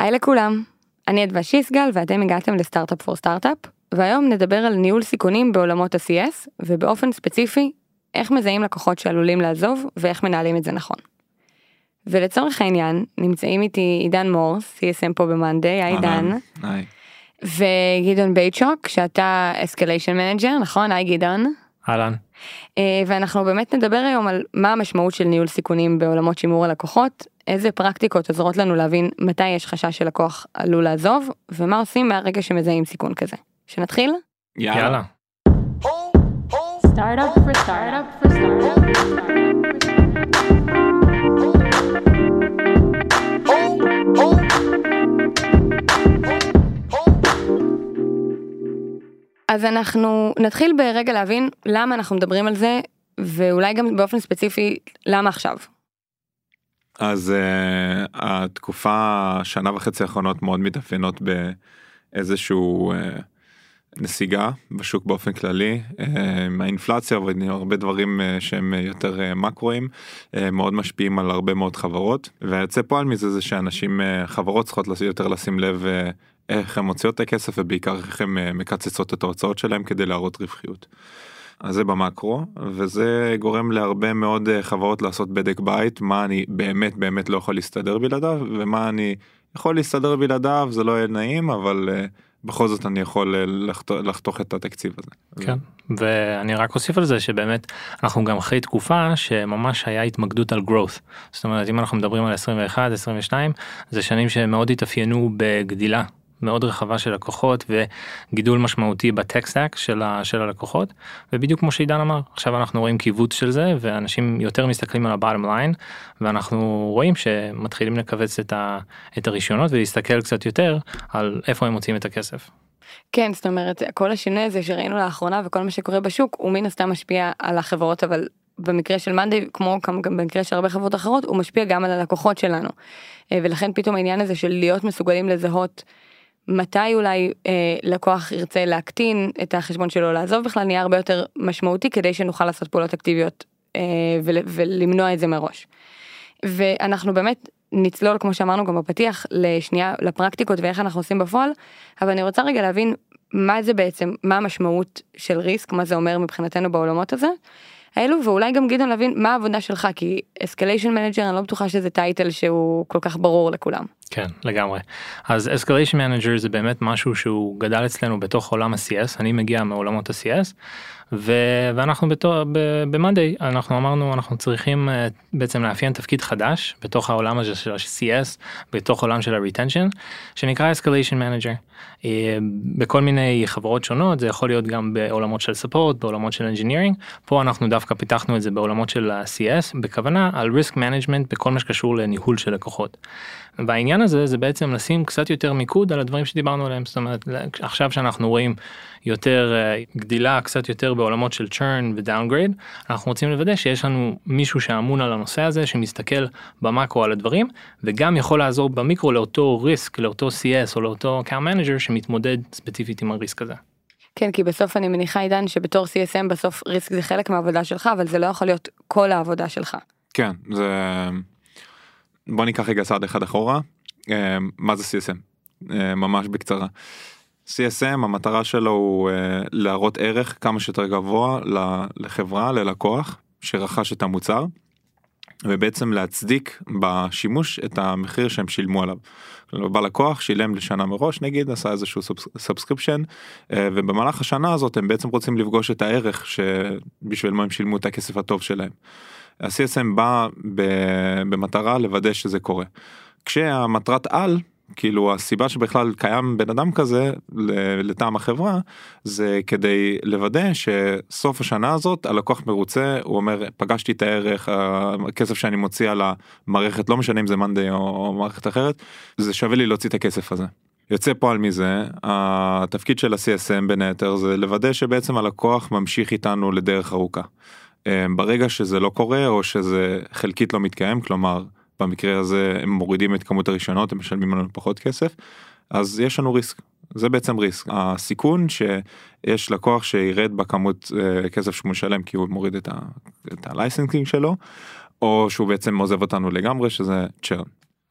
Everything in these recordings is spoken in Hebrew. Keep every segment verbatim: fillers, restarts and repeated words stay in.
היי לכולם, אני אדווה שיסגל ואתם הגעתם לסטארט-אפ פור סטארט-אפ, והיום נדבר על ניהול סיכונים בעולמות ה-סי אס, ובאופן ספציפי, איך מזהים לקוחות שעלולים לעזוב, ואיך מנהלים את זה נכון. ולצורך העניין, נמצאים איתי עידן מור, סי אס אם פה במאנדי, היי עידן. היי. וגדעון בייצ'וק, שאתה Escalation Manager, נכון? היי גדעון. אהלן. ואנחנו באמת נדבר היום על מה המשמעות של ניהול סיכונים בעולמות שימור הלקוחות, איזה פרקטיקות עוזרות לנו להבין מתי יש חשש שלקוח עלול לעזוב, ומה עושים מהרגע שמזהים סיכון כזה. שנתחיל? יאללה. יאללה. Startup for startup for startup. אז אנחנו נתחיל ברגע להבין למה אנחנו מדברים על זה, ואולי גם באופן ספציפי, למה עכשיו? אז uh, התקופה, שנה וחצי האחרונות מאוד מתאפיינות באיזשהו uh, נסיגה בשוק באופן כללי, uh, האינפלציה והרבה דברים uh, שהם יותר uh, מקרואים, uh, מאוד משפיעים על הרבה מאוד חברות, והיוצא פועל מזה זה שאנשים, uh, חברות צריכות יותר לשים לב uh, איך הן מוציאות את הכסף, ובעיקר איך הן uh, מקצצות את ההוצאות שלהם כדי להראות רווחיות. אז זה במקרו, וזה גורם להרבה מאוד חברות לעשות בדק בית, מה אני באמת באמת לא יכול להסתדר בלעדיו, ומה אני יכול להסתדר בלעדיו, זה לא יהיה נעים, אבל uh, בכל זאת אני יכול לחתוך, לחתוך את התקציב הזה. כן, ואני רק אוסיף על זה שבאמת אנחנו גם אחרי תקופה שממש היה התמקדות על growth, זאת אומרת אם אנחנו מדברים על עשרים ואחת עשרים ושתיים, זה שנים שמאוד התאפיינו בגדילה, מאוד רחבה של לקוחות וגידול משמעוטי בטק-סטאק של, ה, של הלקוחות, ובדיוק כמו שעידן אמר, עכשיו אנחנו רואים קיבוץ של זה, ואנשים יותר מסתכלים על ה-bottom line, ואנחנו רואים שמתחילים לקבץ את, ה, את הרישיונות, ולהסתכל קצת יותר על איפה הם מוצאים את הכסף. כן, זאת אומרת, כל השינוי הזה שראינו לאחרונה, וכל מה שקורה בשוק, הוא מן הסתם משפיע על החברות, אבל במקרה של מאנדי, כמו גם במקרה של הרבה חברות אחרות, הוא משפיע גם על הלקוחות שלנו. ולכן פתאום העניין הזה של להיות מסוגלים לזהות מתי אולי אה, לקוח ירצה להקטין את החשבון שלו, לעזוב בכלל נהיה הרבה יותר משמעותי, כדי שנוכל לעשות פעולות אקטיביות אה, ול, ולמנוע את זה מראש. ואנחנו באמת נצלול, כמו שאמרנו גם בפתיח, לשנייה, לפרקטיקות ואיך אנחנו עושים בפועל, אבל אני רוצה רגע להבין מה זה בעצם, מה המשמעות של ריסק, מה זה אומר מבחינתנו בעולמות הזה, האלו, ואולי גם גדעון להבין מה העבודה שלך, כי Escalation Manager, אני לא בטוחה שזה טייטל שהוא כל כך ברור לכולם. כן, לגמרי. אז Escalation Manager זה באמת משהו שהוא גדל אצלנו בתוך עולם ה-סי אס, אני מגיע מעולמות ה-סי אס, ו- ואנחנו במאנדי, אנחנו אמרנו, אנחנו צריכים בעצם לאפיין תפקיד חדש, בתוך העולם הזה של ה-סי אס, בתוך עולם של ה-retention, שנקרא Escalation Manager. בכל מיני חברות שונות, זה יכול להיות גם בעולמות של support, בעולמות של engineering, פה אנחנו דווקא פיתחנו את זה בעולמות של ה-סי אס, בכוונה על risk management, בכל מה שקשור לניהול של לקוחות. והעניין הזה זה בעצם לשים קצת יותר מיקוד על הדברים שדיברנו עליהם, זאת אומרת, עכשיו שאנחנו רואים יותר גדילה, קצת יותר בעולמות של churn ו-downgrade, אנחנו רוצים לוודא שיש לנו מישהו שאמון על הנושא הזה, שמסתכל במקרו על הדברים, וגם יכול לעזור במיקרו לאותו ריסק, לאותו סי אס או לאותו account manager שמתמודד ספציפית עם הריסק הזה. כן, כי בסוף אני מניחה עידן שבתור סי אס אם בסוף ריסק זה חלק מהעבודה שלך, אבל זה לא יכול להיות כל העבודה שלך. כן, זה... בוא ניקח רגע צעד אחד אחורה, מה זה סי אס אם? ממש בקצרה. סי אס אם, המטרה שלו הוא להראות ערך כמה שיותר גבוה לחברה, ללקוח, שרכש את המוצר, ובעצם להצדיק בשימוש את המחיר שהם שילמו עליו. בלקוח שילם לשנה מראש, נגיד, עשה איזשהו סאבסקריפשן, ובמהלך השנה הזאת הם בעצם רוצים לפגוש את הערך שבשביל מה הם שילמו את הכסף הטוב שלהם. ה-סי אס אם בא במטרה לוודא שזה קורה. כשהמטרת על, כאילו הסיבה שבכלל קיים בן אדם כזה לטעם החברה, זה כדי לוודא שסוף השנה הזאת הלקוח מרוצה, הוא אומר פגשתי את הערך, הכסף שאני מוציא על המערכת, לא משנה אם זה מאנדי או מערכת אחרת, זה שווה לי להוציא את הכסף הזה. יוצא פועל מזה, התפקיד של ה-סי אס אם בין היתר זה לוודא שבעצם הלקוח ממשיך איתנו לדרך ארוכה. ברגע שזה לא קורה או שזה חלקית לא מתקיים, כלומר במקרה הזה הם מורידים את כמות הראשונות, הם משלמים לנו פחות כסף, אז יש לנו ריסק. זה בעצם ריסק. הסיכון שיש לקוח שירד בכמות כסף שהוא משלם כי הוא מוריד את הלייסנקינג שלו, או שהוא בעצם עוזב אותנו לגמרי, שזה צ'רן.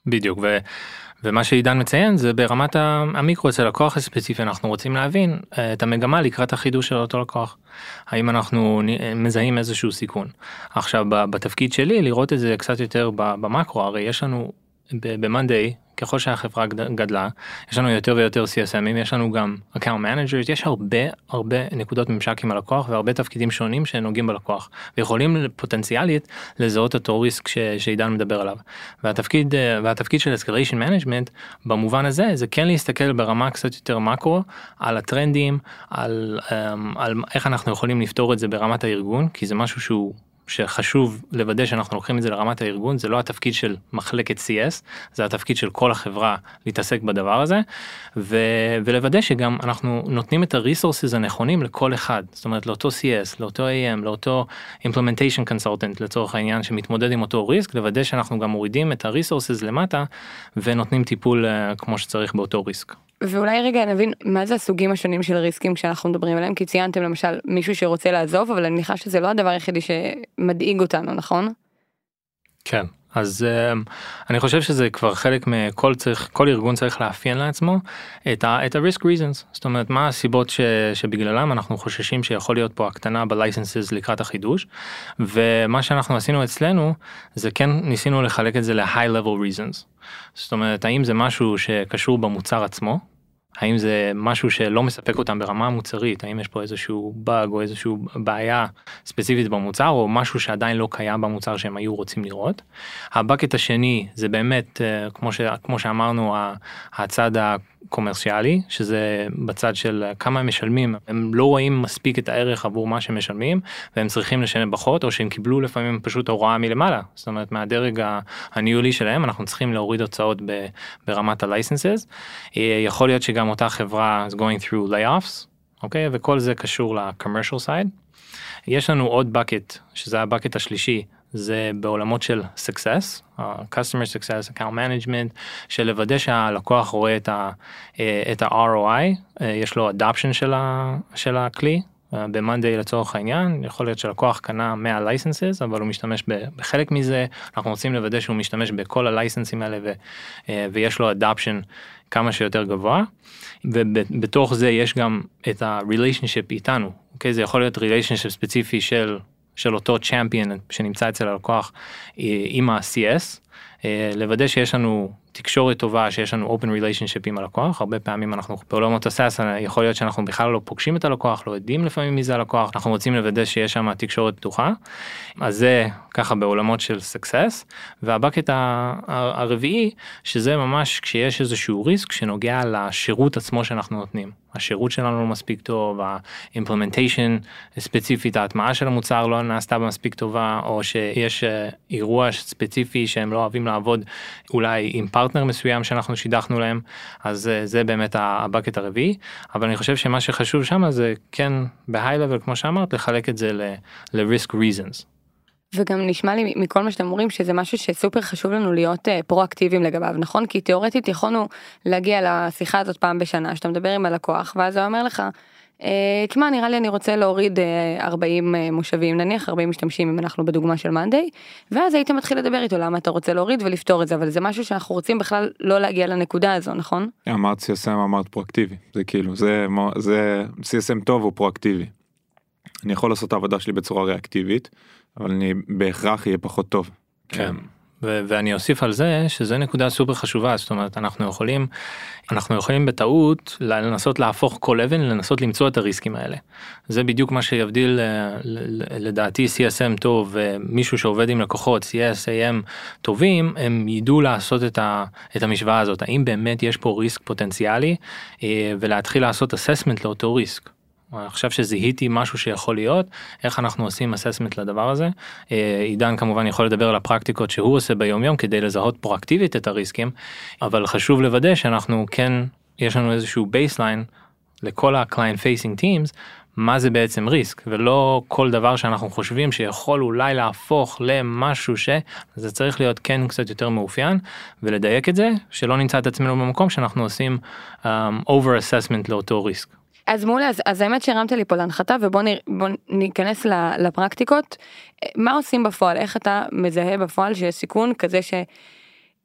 בדיוק, ו... ומה שעידן מציין זה ברמת המיקרו אצל לקוח הספציפי, אנחנו רוצים להבין את המגמה לקראת החידוש של אותו לקוח. האם אנחנו מזהים איזשהו סיכון. עכשיו בתפקיד שלי לראות את זה קצת יותר במקרו, הרי יש לנו ב-Monday, ככל שהחברה גדלה, יש לנו יותר ויותר סי אס אם, יש לנו גם Account Managers, יש הרבה הרבה נקודות ממשק עם הלקוח, והרבה תפקידים שונים שנוגעים בלקוח, ויכולים פוטנציאלית לזהות אותו ריסק שעידן מדבר עליו. והתפקיד, והתפקיד של Escalation Management, במובן הזה, זה כן להסתכל ברמה קצת יותר מקרו, על הטרנדים, על, על איך אנחנו יכולים לפתור את זה ברמת הארגון, כי זה משהו שהוא שחשוב לוודא שאנחנו לוקחים את זה לרמת הארגון, זה לא התפקיד של מחלקת סי אס, זה התפקיד של כל החברה להתעסק בדבר הזה, ו- ולוודא שגם אנחנו נותנים את הריסורסס הנכונים לכל אחד, זאת אומרת לאותו סי אס, לאותו איי אם, לאותו Implementation Consultant לצורך העניין שמתמודד עם אותו ריסק, לוודא שאנחנו גם מורידים את הריסורסס למטה, ונותנים טיפול uh, כמו שצריך באותו ריסק. ואולי רגע נבין מה זה הסוגים השונים של ריסקים כשאנחנו מדברים עליהם, כי ציינתם למשל מישהו שרוצה לעזוב, אבל אני מניחה שזה לא הדבר היחידי שמדאיג אותנו, נכון? כן, אז uh, אני חושב שזה כבר חלק מכל צריך, כל ארגון צריך לאפיין לעצמו את ה, את ה-risk reasons, זאת אומרת מה הסיבות ש, שבגללם אנחנו חוששים שיכול להיות פה הקטנה ב-licenses לקראת החידוש, ומה שאנחנו עשינו אצלנו זה כן ניסינו לחלק את זה ל-high level reasons, זאת אומרת האם זה משהו שקשור במוצר עצמו, האם זה משהו שלא מספק אותם ברמה המוצרית, האם יש פה איזשהו באג או איזשהו בעיה ספציפית במוצר, או משהו שעדיין לא קיים במוצר שהם היו רוצים לראות. הבקט השני זה באמת, כמו, ש, כמו שאמרנו, הצד הקומרציאלי, שזה בצד של כמה הם משלמים, הם לא רואים מספיק את הערך עבור מה שהם משלמים, והם צריכים לשלם פחות, או שהם קיבלו לפעמים פשוט הוראה מלמעלה, זאת אומרת מהדרג הניהולי שלהם, אנחנו צריכים להוריד הוצאות ברמת ה-licenses, יכול להיות שגם אותה חברה is going through layoffs, אוקיי? וכל זה קשור ל-commercial side. יש לנו עוד bucket, שזה הבקט השלישי, זה בעולמות של success, uh, customer success, account management, של לוודא שהלקוח רואה את ה, את ה-אר או איי, יש לו adoption של, ה, של הכלי, ב-Monday לצורך העניין, יכול להיות שלקוח קנה מאה licenses, אבל הוא משתמש בחלק מזה, אנחנו רוצים לוודא שהוא משתמש בכל ה-licenses האלה, ו, ויש לו adoption כמה שיותר גבוה, ובתוך זה יש גם את ה-relationship איתנו, אוקיי? זה יכול להיות relationship ספציפי של, של אותו champion שנמצא אצל הלקוח עם ה-סי אס, לוודא שיש לנו תקשורת טובה, שיש לנו open relationship עם הלקוח, הרבה פעמים אנחנו בעולמות הסאס, יכול להיות שאנחנו בכלל לא פוגשים את הלקוח, לא יודעים לפעמים מי זה הלקוח, אנחנו רוצים לוודא שיש שם תקשורת פתוחה, אז זה ככה בעולמות של success, והבקט הרביעי, שזה ממש כשיש איזשהו ריסק שנוגע לשירות עצמו שאנחנו נותנים, השירות שלנו לא מספיק טוב, ה-implementation ספציפית, ההטמעה של המוצר לא נעשתה במספיק טובה, או שיש אירוע ספציפי שהם לא אוהבים לעבוד, אולי עם פרטנר מסוים שאנחנו שידחנו להם, אז זה באמת הבקט הרביעי, אבל אני חושב שמה שחשוב שם זה כן ב-high level, כמו שאמרת, לחלק את זה ל-risk reasons. וגם נשמע לי מכל מה שאתם אומרים שזה משהו שסופר חשוב לנו להיות פרואקטיביים לגביו, נכון? כי תיאורטית יכולנו להגיע לשיחה הזאת פעם בשנה, שאתה מדבר עם הלקוח, ואז הוא אומר לך, תשמע, נראה לי אני רוצה להוריד ארבעים מושבים, נניח ארבעים משתמשים אם אנחנו בדוגמה של Monday, ואז היית מתחיל לדבר איתו למה אתה רוצה להוריד ולפתור את זה, אבל זה משהו שאנחנו רוצים בכלל לא להגיע לנקודה הזו, נכון? אמרת סי אס אם, אמרת פרואקטיבי, זה כאילו, זה, זה, סי אס אם טוב הוא פרואקטיבי. אני יכול לעשות את העבודה שלי בצורה ריאקטיבית, אבל אני בהכרח יהיה פחות טוב. כן. ו- ואני אוסיף על זה שזה נקודה סופר חשובה, זאת אומרת אנחנו יכולים, אנחנו יכולים בטעות לנסות להפוך כל אבן, לנסות למצוא את הריסקים האלה. זה בדיוק מה שיבדיל לדעתי סי אס אם טוב, ומישהו שעובד עם לקוחות, סי אס אם טובים, הם ידעו לעשות את, ה- את המשוואה הזאת, האם באמת יש פה ריסק פוטנציאלי, ולהתחיל לעשות אססמנט לאותו ריסק. אני חושב שזיהיתי משהו שיכול להיות, איך אנחנו עושים אססמנט לדבר הזה. עידן כמובן יכול לדבר על הפרקטיקות שהוא עושה ביום יום, כדי לזהות פרואקטיבית את הריסקים, אבל חשוב לוודא שאנחנו כן, יש לנו איזשהו בייסליין, לכל ה-client facing teams, מה זה בעצם ריסק, ולא כל דבר שאנחנו חושבים שיכול אולי להפוך למשהו ש... זה צריך להיות כן קצת יותר מאופיין, ולדייק את זה, שלא נמצא את עצמנו במקום שאנחנו עושים um, over assessment לאותו ריסק. אז מעולה, אז, אז האמת שהרמת לי פה להנחתה, ובוא נ, בוא ניכנס לפרקטיקות. מה עושים בפועל? איך אתה מזהה בפועל שיש סיכון כזה ש...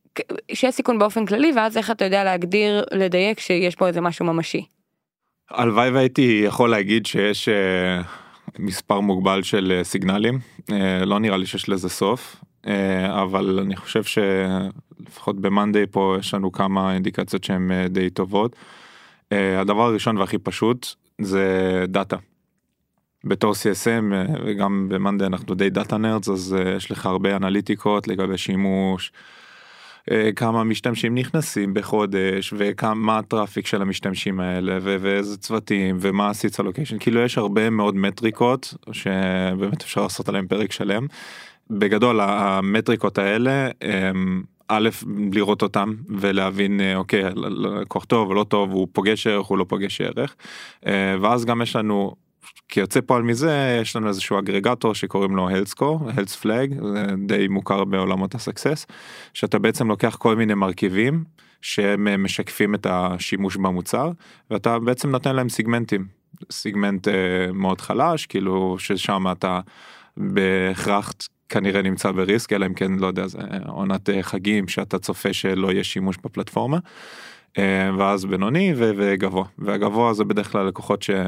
שיש סיכון באופן כללי, ואז איך אתה יודע להגדיר, לדייק שיש פה איזה משהו ממשי. הלוואי והייתי יכול להגיד שיש uh, מספר מוגבל של uh, סיגנלים, uh, לא נראה לי שיש לזה סוף, uh, אבל אני חושב שלפחות במאנדיי פה יש לנו כמה אינדיקציות שהן uh, די טובות. Uh, הדבר הראשון והכי פשוט זה דאטה. בתור סי אס אם וגם במאנדיי אנחנו די דאטה נרדס, אז uh, יש לך הרבה אנליטיקות לגבי שימוש, כמה משתמשים נכנסים בחודש, ומה הטראפיק של המשתמשים האלה, ואיזה צוותים, ומה הסיטס אלוקיישן, כאילו יש הרבה מאוד מטריקות, שבאמת אפשר לעשות עליהם פרק שלם. בגדול, המטריקות האלה, א', לראות אותם, ולהבין, אוקיי, לקוח טוב או לא טוב, הוא פוגש ערך, הוא לא פוגש ערך, ואז גם יש לנו, כי יוצא פועל מזה, יש לנו איזשהו אגרגטור שקוראים לו Health Score, Health Flag, זה די מוכר בעולמות הסקסס, שאתה בעצם לוקח כל מיני מרכיבים, שהם משקפים את השימוש במוצר, ואתה בעצם נותן להם סיגמנטים, סיגמנט אה, מאוד חלש, כאילו ששם אתה בהכרח כנראה נמצא בריסק, אלא אם כן, לא יודע, זה עונת חגים, שאתה צופה שלא יהיה שימוש בפלטפורמה, אה, ואז בינוני ו- וגבוה, והגבוה זה בדרך כלל לקוחות ש...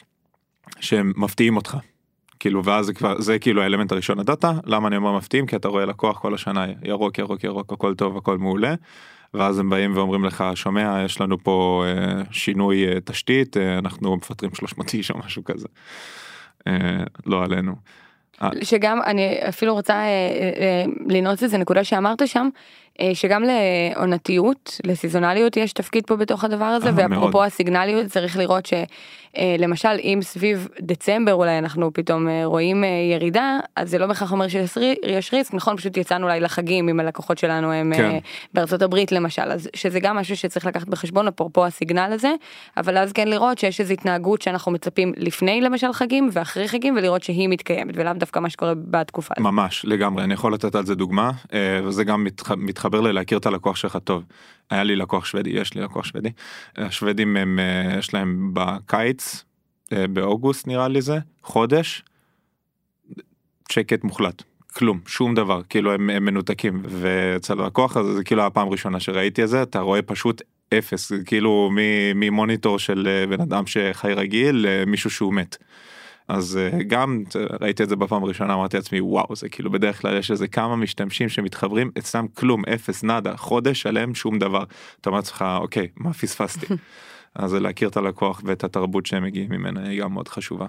שהם מפתיעים אותך, כאילו, ואז זה כבר, זה כאילו האלמנט הראשון הדאטה, למה אני אומר מפתיעים? כי אתה רואה לקוח כל השנה, ירוק, ירוק, ירוק, הכל טוב, הכל מעולה, ואז הם באים ואומרים לך, שומע, יש לנו פה אה, שינוי אה, תשתית, אה, אנחנו מפטרים שלוש מאות איש או משהו כזה, אה, לא עלינו. שגם אני אפילו רוצה אה, אה, לנעוץ איזה נקודה שאמרת שם, אה, שגם לעונתיות, לסיזונליות יש תפקיד פה בתוך הדבר הזה, ואפרופו הסיגנליות צריך לראות שלמשל אם סביב דצמבר אולי אנחנו פתאום רואים ירידה, אז זה לא בכך אומר שיש ריסק, נכון, פשוט יצאנו אולי לחגים עם הלקוחות שלנו הם כן. בארצות הברית למשל, אז שזה גם משהו שצריך לקחת בחשבון אפרופו הסיגנל הזה, אבל אז כן לראות שיש איזו התנהגות שאנחנו מצפים לפני למשל חגים ואחרי חגים, ולראות שהיא מתקיימת, ולאו דווקא מה שקורה בתקופה הזאת. ממש, לגמרי, אני יכול לתת על זה דוגמה, וזה גם מתחבר לי להכיר את הלקוח שלך טוב. היה לי לקוח שוודי, יש לי לקוח שוודי. השוודים הם, יש להם בקיץ, באוגוסט נראה לי זה, חודש, שקט מוחלט. כלום, שום דבר, כאילו הם, הם מנותקים, ואצל הלקוח הזה, זה כאילו הפעם הראשונה שראיתי את זה, אתה רואה פשוט אפס, כאילו ממוניטור של בן אדם שחי רגיל, למישהו שהוא מת. אז גם ראיתי את זה בפעם הראשונה, אמרתי לעצמי, וואו, זה כאילו בדרך כלל יש איזה כמה משתמשים שמתחברים, אצלם כלום, אפס, נדה, חודש עליהם שום דבר. אתה אומר לך, אוקיי, מה פספסתי? אז להכיר את הלקוח ואת התרבות שהם מגיעים ממנה, היא גם מאוד חשובה.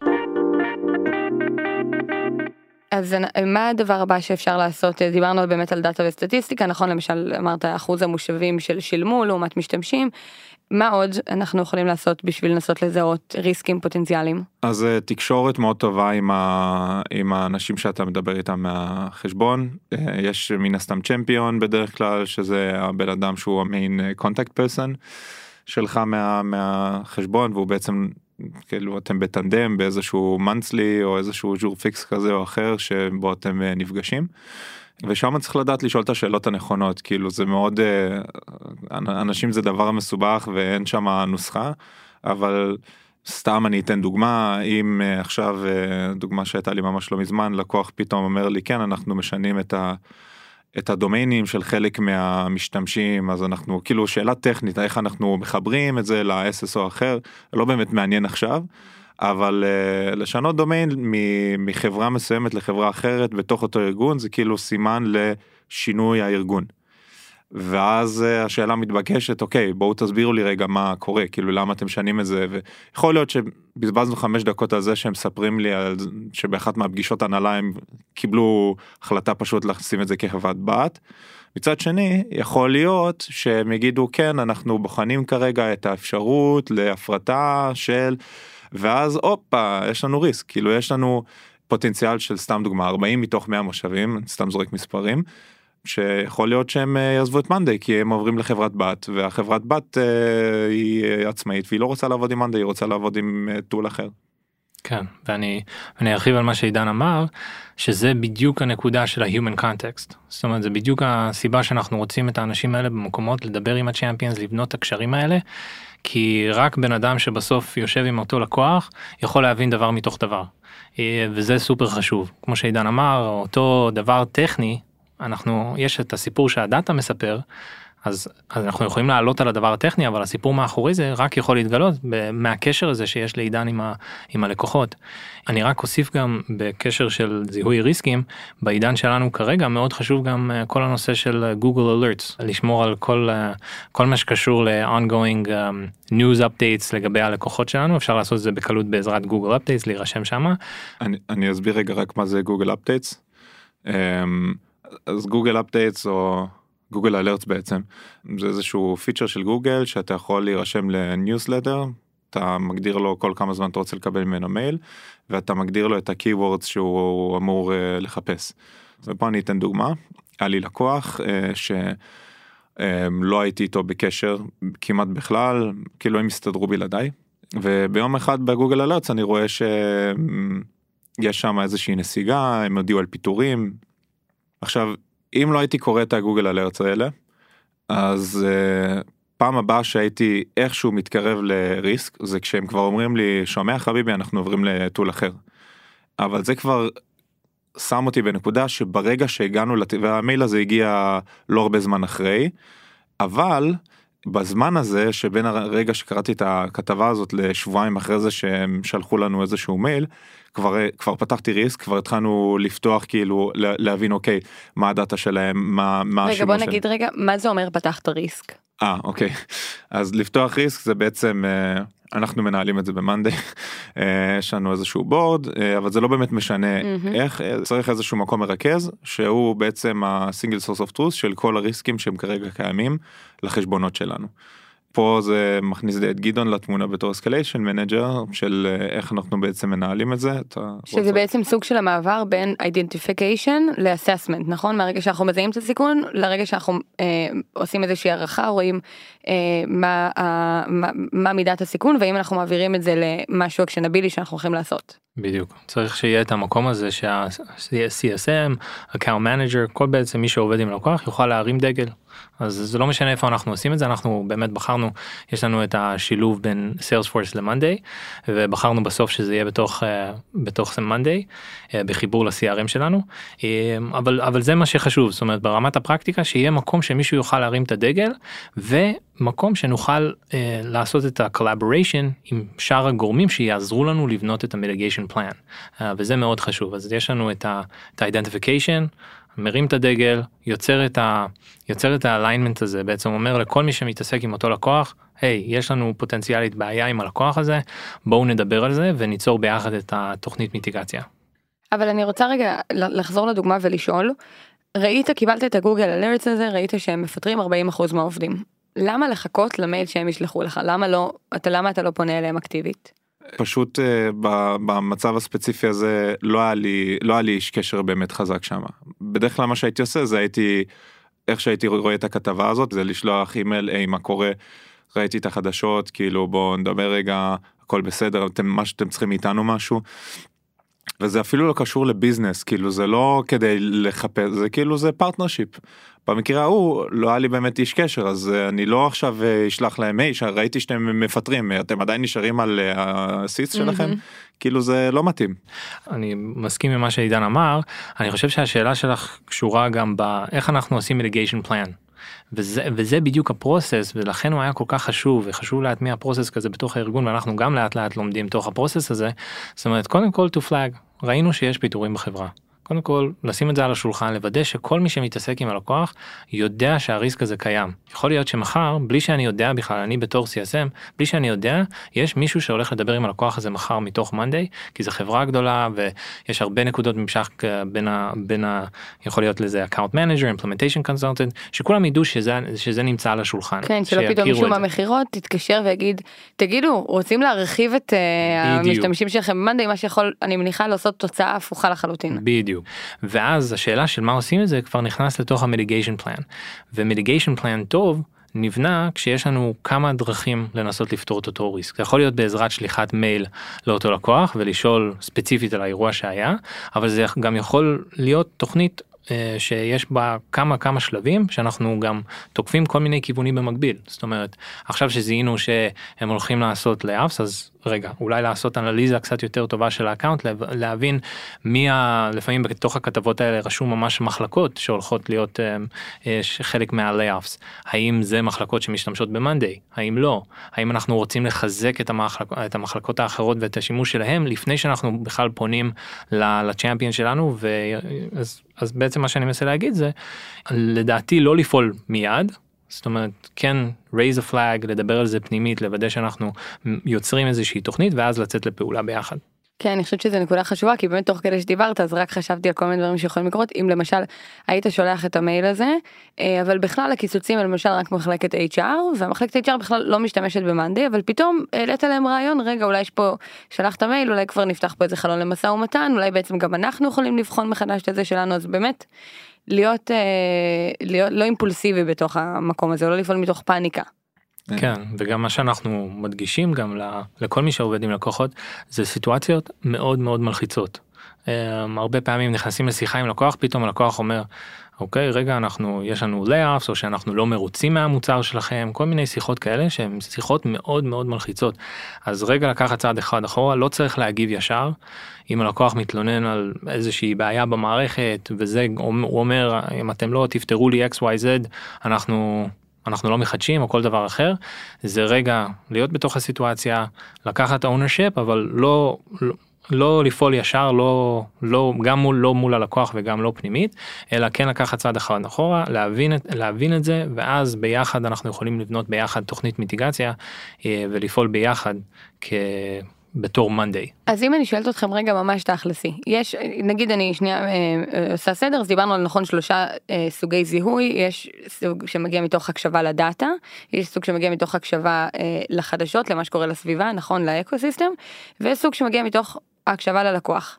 אז מה הדבר הבא שאפשר לעשות? דיברנו באמת על דאטה וסטטיסטיקה, נכון? למשל, אמרת, אחוז המושבים של שילמו לעומת משתמשים. מה עוד אנחנו יכולים לעשות בשביל לנסות לזהות ריסקים פוטנציאליים? אז תקשורת מאוד טובה עם, ה... עם האנשים שאתה מדבר איתם מהחשבון. יש מן הסתם צ'מפיון בדרך כלל, שזה הבן אדם שהוא המיין קונטקט פרסון שלך מה... מהחשבון, והוא בעצם... כאילו אתם בטנדם באיזשהו מנצלי או איזשהו ז'ור פיקס כזה או אחר שבו אתם נפגשים, ושם צריך לדעת לשאול את השאלות הנכונות, כאילו זה מאוד, אנשים זה דבר מסובך ואין שם נוסחה, אבל סתם אני אתן דוגמה, אם עכשיו דוגמה שהייתה לי ממש לא מזמן, לקוח פתאום אומר לי כן אנחנו משנים את ה... את הדומיינים של חלק מהמשתמשים, אז אנחנו, כאילו שאלה טכנית, איך אנחנו מחברים את זה ל-אס אס או אחר, לא באמת מעניין עכשיו, אבל uh, לשנות דומיין מחברה מסוימת לחברה אחרת בתוך אותו ארגון, זה כאילו סימן לשינוי הארגון. ואז uh, השאלה מתבקשת, אוקיי, בואו תסבירו לי רגע מה קורה, כאילו למה אתם שנים את זה, ויכול להיות שבזבזנו חמש דקות על זה שהם מספרים לי על, שבאחת מהפגישות הנהלה הם קיבלו החלטה פשוט לשים את זה כחברת בת. מצד שני, יכול להיות שהם יגידו, כן, אנחנו בוחנים כרגע את האפשרות להפרטה של, ואז אופה, יש לנו ריסק, כאילו יש לנו פוטנציאל של סתם דוגמה, ארבעים מתוך מאה מושבים, סתם זורק מספרים, שיכול להיות שהם יעזבו את מאנדיי, כי הם עוברים לחברת בת, והחברת בת אה, היא עצמאית, והיא לא רוצה לעבוד עם מאנדיי, היא רוצה לעבוד עם אה, טול אחר. כן, ואני, ואני ארחיב על מה שעידן אמר, שזה בדיוק הנקודה של ה-human context. זאת אומרת, זה בדיוק הסיבה שאנחנו רוצים את האנשים האלה במקומות, לדבר עם הצ'אמפיונס, לבנות את הקשרים האלה, כי רק בן אדם שבסוף יושב עם אותו לקוח, יכול להבין דבר מתוך דבר. וזה סופר חשוב. כמו שעידן אמר, אותו דבר טכני, אנחנו, יש את הסיפור שהדאטה מספר, אז, אז אנחנו יכולים לעלות על הדבר הטכני, אבל הסיפור מאחורי זה רק יכול להתגלות מהקשר הזה שיש לעידן עם, ה, עם הלקוחות. אני רק אוסיף גם בקשר של זיהוי ריסקים, בעידן שלנו כרגע מאוד חשוב גם כל הנושא של Google Alerts, לשמור על כל, כל מה שקשור ל-ongoing um, news updates לגבי הלקוחות שלנו, אפשר לעשות את זה בקלות בעזרת Google Updates, להירשם שמה. אני, אני אסביר רגע רק מה זה Google Updates. אז Google Updates או גוגל אלרטס בעצם, זה איזשהו פיצ'ר של גוגל שאתה יכול להירשם לניוסלטר, אתה מגדיר לו כל כמה זמן אתה רוצה לקבל ממנו מייל, ואתה מגדיר לו את ה-keywords שהוא אמור uh, לחפש. ופה אני אתן דוגמה, היה לי לקוח uh, שלא um, הייתי איתו בקשר כמעט בכלל, כאילו הם הסתדרו בלעדיי, וביום אחד בגוגל אלרטס אני רואה שיש שם איזושהי נסיגה, הם הודיעו על פיטורים. עכשיו, אם לא הייתי קורא את הגוגל אלרטס האלה, אז uh, פעם הבאה שהייתי איכשהו מתקרב לריסק, זה כשהם כבר אומרים לי, שומע חביבי, אנחנו עוברים לטול אחר. אבל זה כבר שם אותי בנקודה שברגע שהגענו, לת... והמייל הזה הגיע לא הרבה זמן אחרי, אבל בזמן הזה שבין הרגע שקראתי את הכתבה הזאת לשבועיים אחרי זה שהם שלחו לנו איזשהו מייל, כבר, כבר פתחתי ריסק, כבר התחלנו לפתוח כאילו להבין אוקיי, מה הדאטה שלהם, מה, מה רגע בוא נגיד שלהם. רגע, מה זה אומר פתחת ריסק? אה אוקיי, אז לפתוח ריסק זה בעצם, אנחנו מנהלים את זה במנדי, יש לנו איזשהו בורד, אבל זה לא באמת משנה mm-hmm. איך, צריך איזשהו מקום מרכז, שהוא בעצם הסינגל סורס אוף טרוס של כל הריסקים שהם כרגע קיימים לחשבונות שלנו. פה זה מכניס את גדעון לתמונה בתור אסקליישן מנג'ר של איך אנחנו בעצם מנהלים את זה. שזה רוצה... בעצם סוג של המעבר בין identification ל-assessment, נכון? מהרגע שאנחנו מזהים את הסיכון, לרגע שאנחנו אה, עושים איזושהי הערכה, רואים אה, מה, אה, מה, מה מידת הסיכון, ואם אנחנו מעבירים את זה למשהו אקשנבילי שאנחנו הולכים לעשות. בדיוק, צריך שיהיה את המקום הזה שה-סי אס אם, Account Manager, כל בעצם מי שעובד עם לקוח יוכל להרים דגל. אז זה לא משנה איפה אנחנו עושים את זה, אנחנו באמת בחרנו, יש לנו את השילוב בין Salesforce ל-Monday, ובחרנו בסוף שזה יהיה בתוך, בתוך Monday, בחיבור ל-סי אר אם שלנו, אבל, אבל זה מה שחשוב, זאת אומרת ברמת הפרקטיקה, שיהיה מקום שמישהו יוכל להרים את הדגל, ומקום שנוכל אה, לעשות את ה-collaboration עם שאר הגורמים שיעזרו לנו לבנות את ה-mitigation plan, אה, וזה מאוד חשוב. אז יש לנו את ה-identification, מרים את הדגל, יוצר את ה, יוצר את ה-alignment הזה, בעצם אומר לכל מי שמתעסק עם אותו לקוח, היי, יש לנו פוטנציאלית בעיה עם הלקוח הזה, בואו נדבר על זה וניצור ביחד את התוכנית מיטיגציה. אבל אני רוצה רגע לחזור לדוגמה ולשאול, ראית, קיבלת את הגוגל אלרטס הזה, ראית שהם מפטרים ארבעים אחוז מהעובדים. למה לחכות למייל שהם ישלחו לך? למה לא, אתה, למה אתה לא פונה אליהם אקטיבית? פשוט uh, במצב הספציפי הזה לא היה לי, לא היה לי איש קשר באמת חזק שם. בדרך כלל מה שהייתי עושה זה הייתי, איך שהייתי רואה את הכתבה הזאת, זה לשלוח אימייל, היי מה קורה, ראיתי את החדשות, כאילו בואו נדבר רגע, הכל בסדר, אתם, מה שאתם צריכים איתנו משהו. וזה אפילו לא קשור לביזנס, כאילו זה לא כדי לחפש, זה כאילו זה פרטנרשיפ. במקרה ההוא לא היה לי באמת איש קשר, אז אני לא עכשיו אשלח להם, היי, ראיתי שאתם מפטרים, אתם עדיין נשארים על הסיס שלכם, כאילו זה לא מתאים. אני מסכים עם מה שעידן אמר, אני חושב שהשאלה שלך קשורה גם באיך אנחנו עושים mitigation plan. וזה, וזה בדיוק הפרוסס, ולכן הוא היה כל כך חשוב, וחשוב להטמיע הפרוסס כזה בתוך הארגון, ואנחנו גם לאט לאט לומדים תוך הפרוסס הזה. זאת אומרת, קודם כל to flag, ראינו שיש פיטורים בחברה. קודם כל, לשים את זה על השולחן, לוודא שכל מי שמתעסק עם הלקוח, יודע שהריסק הזה קיים. יכול להיות שמחר, בלי שאני יודע בכלל, אני בתור סי אס אם, בלי שאני יודע, יש מישהו שהולך לדבר עם הלקוח הזה מחר מתוך Monday, כי זו חברה גדולה, ויש הרבה נקודות ממשך בין ה, בין ה, יכול להיות לזה account manager, implementation consultant, שכולם ידעו שזה, שזה נמצא על השולחן. כן, שלא פתאום מישהו מהמחירות תתקשר ויגיד, תגידו, רוצים להרחיב את המשתמשים שלכם ב-Monday, מה שיכול, אני מניחה, לעשות תוצאה הפוכה לחלוטין. בדיוק. ואז השאלה של מה עושים את זה כבר נכנס לתוך ה-mitigation plan. ו-mitigation plan טוב נבנה כשיש לנו כמה דרכים לנסות לפתור את אותו ריסק. זה יכול להיות בעזרת שליחת מייל לאותו לקוח ולשאול ספציפית על האירוע שהיה, אבל זה גם יכול להיות תוכנית שיש בה כמה כמה שלבים שאנחנו גם תוקפים כל מיני כיוונים במקביל. זאת אומרת, עכשיו שזיהינו שהם הולכים לעשות לאפס, אז רגע, אולי לעשות אנליזה קצת יותר טובה של האקאונט, להבין מי ה... לפעמים בתוך הכתבות האלה רשום ממש מחלקות שהולכות להיות חלק מה-layoffs. האם זה מחלקות שמשתמשות ב-Monday? האם לא? האם אנחנו רוצים לחזק את, המחלק... את המחלקות האחרות ואת השימוש שלהם, לפני שאנחנו בכלל פונים לצ'אמפיון שלנו, ואז אז בעצם מה שאני מנסה להגיד זה, לדעתי לא לפעול מיד, זאת אומרת, כן, raise a flag, לדבר על זה פנימית, לוודא שאנחנו יוצרים איזושהי תוכנית, ואז לצאת לפעולה ביחד. כן, אני חושבת שזו נקודה חשובה, כי באמת תוך כדי שדיברת, אז רק חשבתי על כל מיני דברים שיכולים לקרות, אם למשל היית שולח את המייל הזה, אבל בכלל הקיצוצים, למשל רק מחלקת אייץ' אר, והמחלקת אייץ' אר בכלל לא משתמשת במאנדי, אבל פתאום העלית להם רעיון, רגע, אולי יש פה, שלחת מייל, אולי כבר נפתח פה איזה חלון למשא ומתן, אולי בעצם גם אנחנו יכולים לבחון מחדש את זה שלנו, אז באמת, להיות, להיות לא אימפולסיבי בתוך המקום הזה, או לא לפעול מתוך פאניקה. כן, וגם מה שאנחנו מדגישים גם לכל מי שעובד עם לקוחות, זה סיטואציות מאוד מאוד מלחיצות. הרבה פעמים נכנסים לשיחה עם לקוח, פתאום הלקוח אומר, אוקיי, רגע, אנחנו, יש לנו layoffs, או שאנחנו לא מרוצים מהמוצר שלכם, כל מיני שיחות כאלה, שהן שיחות מאוד מאוד מלחיצות. אז רגע לקחת צעד אחד אחורה, לא צריך להגיב ישר, אם הלקוח מתלונן על איזושהי בעיה במערכת, וזה, הוא אומר, אם אתם לא תפתרו לי X Y Z, אנחנו... אנחנו לא מחדשים או כל דבר אחר, זה רגע להיות בתוך הסיטואציה, לקחת ownership, אבל לא, לא, לא לפעול ישר, לא, לא, גם מול, לא מול הלקוח וגם לא פנימית, אלא כן לקחת צעד אחד אחורה, להבין, להבין את זה, ואז ביחד אנחנו יכולים לבנות ביחד תוכנית מיטיגציה, ולפעול ביחד כ... בתור Monday. אז אם אני שואלת אתכם רגע ממש תכלסי, יש, נגיד אני שנייה אה, עושה סדר, אז דיברנו על נכון שלושה אה, סוגי זיהוי, יש סוג שמגיע מתוך הקשבה לדאטה, יש סוג שמגיע מתוך הקשבה אה, לחדשות, למה שקורה לסביבה, נכון, לאקוסיסטם, ויש סוג שמגיע מתוך הקשבה ללקוח.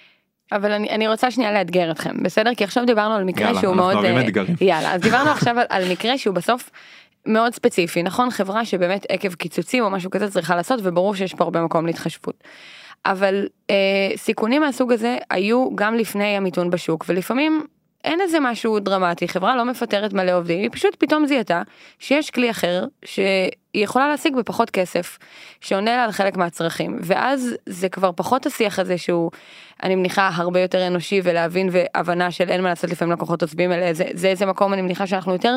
אבל אני, אני רוצה שנייה לאתגר אתכם, בסדר? כי עכשיו דיברנו על מקרה יאללה, שהוא מאוד... יאללה, אנחנו אוהבים אתגרים. יאללה, אז דיברנו עכשיו על, על מקרה שהוא בסוף... מאוד ספציפי, נכון? חברה שבאמת עקב קיצוצים או משהו כזה צריכה לעשות, וברור שיש פה הרבה מקום להתחשבות. אבל אה, סיכונים מהסוג הזה היו גם לפני המיתון בשוק, ולפעמים אין איזה משהו דרמטי, חברה לא מפטרת מלא עובדים, היא פשוט פתאום זיהתה שיש כלי אחר, שהיא יכולה להשיג בפחות כסף, שעונה לה על חלק מהצרכים, ואז זה כבר פחות השיח הזה שהוא, אני מניחה, הרבה יותר אנושי, ולהבין והבנה של אין מה לעשות לפעמים לקוחות עוזבים, אלא זה, זה איזה מקום אני מניחה שאנחנו יותר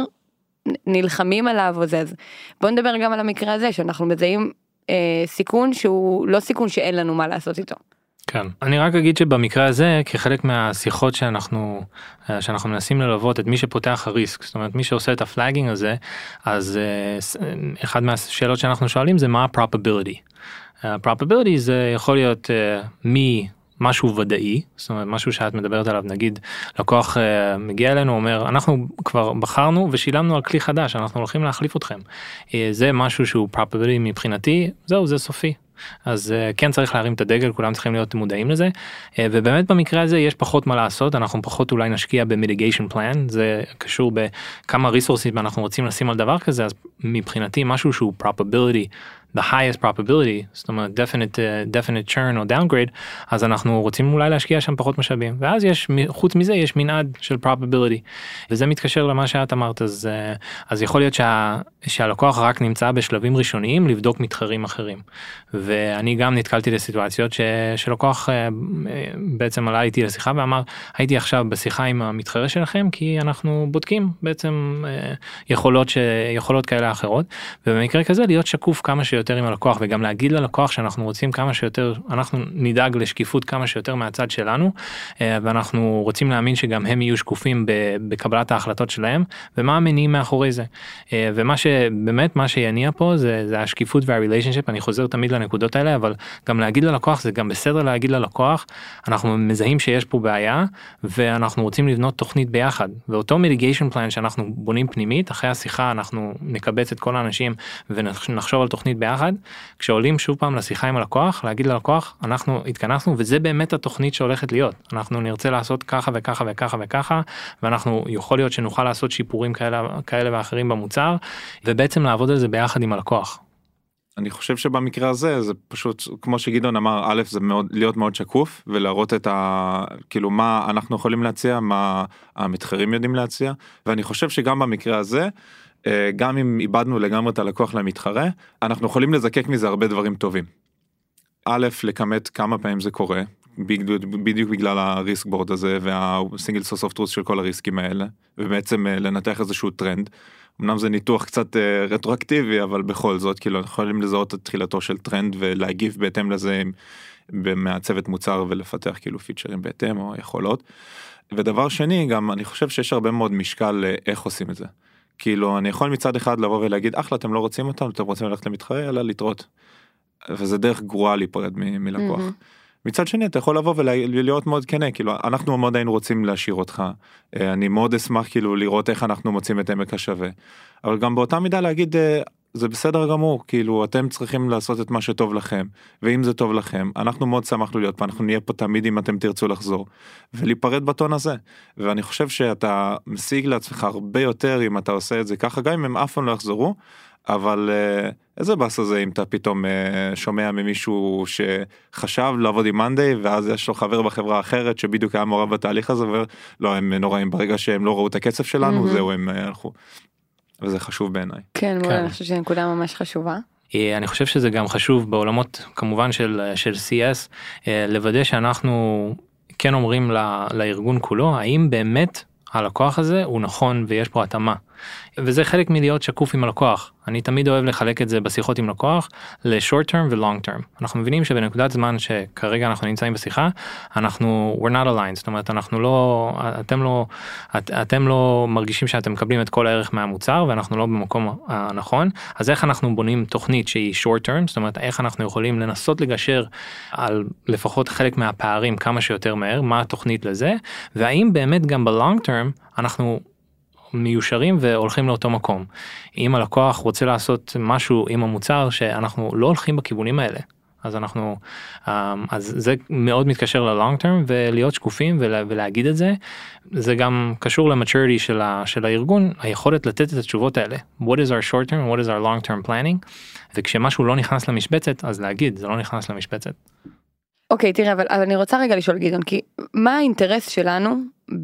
נלחמים עליו או זה, אז בוא נדבר גם על המקרה הזה, שאנחנו מזהים אה, סיכון שהוא לא סיכון שאין לנו מה לעשות איתו. כן, אני רק אגיד שבמקרה הזה, כחלק מהשיחות שאנחנו, שאנחנו מנסים ללוות את מי שפותח הריסק, זאת אומרת, מי שעושה את הפלאגינג הזה, אז אחד מהשאלות שאנחנו שואלים זה מה ה-probability. ה-probability זה יכול להיות מי, משהו ודאי, זאת אומרת, משהו שאת מדברת עליו, נגיד, לקוח uh, מגיע אלינו, אומר, אנחנו כבר בחרנו ושילמנו על כלי חדש, אנחנו הולכים להחליף אתכם. Uh, זה משהו שהוא probability מבחינתי, זהו, זה סופי. אז uh, כן צריך להרים את הדגל, כולם צריכים להיות מודעים לזה, uh, ובאמת במקרה הזה יש פחות מה לעשות, אנחנו פחות אולי נשקיע ב-mitigation plan, זה קשור בכמה resources אנחנו רוצים לשים על דבר כזה, אז מבחינתי משהו שהוא probability, the highest probability, זאת אומרת definite, uh, definite churn או downgrade, אז אנחנו רוצים אולי להשקיע שם פחות משאבים, ואז יש, חוץ מזה יש מנעד של probability, וזה מתקשר למה שאת אמרת, אז, uh, אז יכול להיות שה, שהלקוח רק נמצא בשלבים ראשוניים לבדוק מתחרים אחרים, ואני גם נתקלתי לסיטואציות ש, שלקוח uh, בעצם עלה איתי לשיחה ואמר, הייתי עכשיו בשיחה עם המתחרה שלכם, כי אנחנו בודקים בעצם uh, יכולות, ש, יכולות כאלה אחרות, ובמקרה כזה להיות שקוף כמה שיותר עם הלקוח, וגם להגיד ללקוח שאנחנו רוצים כמה שיותר, אנחנו נדאג לשקיפות כמה שיותר מהצד שלנו, ואנחנו רוצים להאמין שגם הם יהיו שקופים בקבלת ההחלטות שלהם, ומה המניעים מאחורי זה. ומה שבאמת, מה שיניע פה, זה, זה השקיפות והריליישנשיפ, אני חוזר תמיד לנקודות האלה, אבל גם להגיד ללקוח, זה גם בסדר להגיד ללקוח, אנחנו מזהים שיש פה בעיה, ואנחנו רוצים לבנות תוכנית ביחד, ואותו mitigation plan שאנחנו בונים פנימית, אחרי השיחה אנחנו נקבץ את כל האנשים, ונחשוב על תוכנית ביחד, כשעולים שוב פעם לשיחה עם הלקוח, להגיד ללקוח, אנחנו התכנסנו, וזה באמת התוכנית שהולכת להיות. אנחנו נרצה לעשות ככה וככה וככה וככה, ואנחנו יכול להיות שנוכל לעשות שיפורים כאלה, כאלה ואחרים במוצר, ובעצם לעבוד על זה ביחד עם הלקוח. אני חושב שבמקרה הזה, זה פשוט, כמו שגדעון אמר, א', זה מאוד, להיות מאוד שקוף, ולהראות את ה, כאילו, מה אנחנו יכולים להציע, מה המתחרים יודעים להציע, ואני חושב שגם במקרה הזה, גם אם איבדנו לגמרי את הלקוח למתחרה, אנחנו יכולים לזקק מזה הרבה דברים טובים. א', לכמת כמה פעמים זה קורה, בדיוק בגלל הריסק בורד הזה, והסינגל סורס אוף טרוס של כל הריסקים האלה, ובעצם לנתח איזשהו טרנד. אמנם זה ניתוח קצת רטרואקטיבי, אבל בכל זאת, כאילו, אנחנו יכולים לזהות את תחילתו של טרנד, ולהגיב בהתאם לזה מהצוות מוצר, ולפתח כאילו פיצ'רים בהתאם, או יכולות. ודבר שני, גם אני חושב שיש הרבה מאוד משקל איך עושים את זה. כאילו, אני יכול מצד אחד לבוא ולהגיד, אחלה, אתם לא רוצים אותם, אתם רוצים ללכת למתחרה, אלא לתרות. וזה דרך גרועה להיפרד מ- מלקוח. Mm-hmm. מצד שני, אתה יכול לבוא ולהיות מאוד כנה, כאילו, אנחנו מאוד היינו רוצים להשאיר אותך. אני מאוד אשמח, כאילו, לראות איך אנחנו מוצאים את עמק השווה. אבל גם באותה מידה להגיד, זה בסדר גמור, כאילו, אתם צריכים לעשות את מה שטוב לכם, ואם זה טוב לכם, אנחנו מאוד שמחנו להיות פה, אנחנו נהיה פה תמיד אם אתם תרצו לחזור, ולהיפרד בטון הזה. ואני חושב שאתה משיג לעצמך הרבה יותר אם אתה עושה את זה ככה, גם אם הם אף פעם לא יחזרו, אבל איזה בס הזה אם אתה פתאום שומע ממישהו שחשב לעבוד עם מנדי, ואז יש לו חבר בחברה אחרת שבדיוק היה מעורב בתהליך הזה, ולא, הם נוראים ברגע שהם לא ראו את הקצב שלנו, זהו, הם הלכו. וזה חשוב בעיניי. כן, מולה, אני חושבת שזו נקודה ממש חשובה. אני חושב שזה גם חשוב בעולמות כמובן של, של סי אס, לוודא שאנחנו כן אומרים לארגון כולו, האם באמת הלקוח הזה הוא נכון ויש פה התאמה. וזה חלק מלהיות שקוף עם הלקוח. אני תמיד אוהב לחלק את זה בשיחות עם לקוח ל-short term ו-long term. אנחנו מבינים שבנקודת זמן שכרגע אנחנו נמצאים בשיחה, אנחנו, we're not aligned, זאת אומרת, אנחנו לא, אתם לא, את, אתם לא מרגישים שאתם מקבלים את כל הערך מהמוצר, ואנחנו לא במקום הנכון. אז איך אנחנו בונים תוכנית שהיא short term, זאת אומרת, איך אנחנו יכולים לנסות לגשר על לפחות חלק מהפערים כמה שיותר מהר, מה התוכנית לזה, והאם באמת גם ב-long term אנחנו מיושרים והולכים לאותו מקום. אם הלקוח רוצה לעשות משהו עם המוצר שאנחנו לא הולכים בכיוונים האלה, אז אנחנו, אז זה מאוד מתקשר ל-long term ולהיות שקופים ולהגיד את זה. זה גם קשור ל-maturity של, של הארגון, היכולת לתת את התשובות האלה. What is our short term and what is our long term planning? וכשמשהו לא נכנס למשבצת, אז להגיד, זה לא נכנס למשבצת. אוקיי, תראה, אבל, אבל אני רוצה רגע לשאול גדעון, כי מה האינטרס שלנו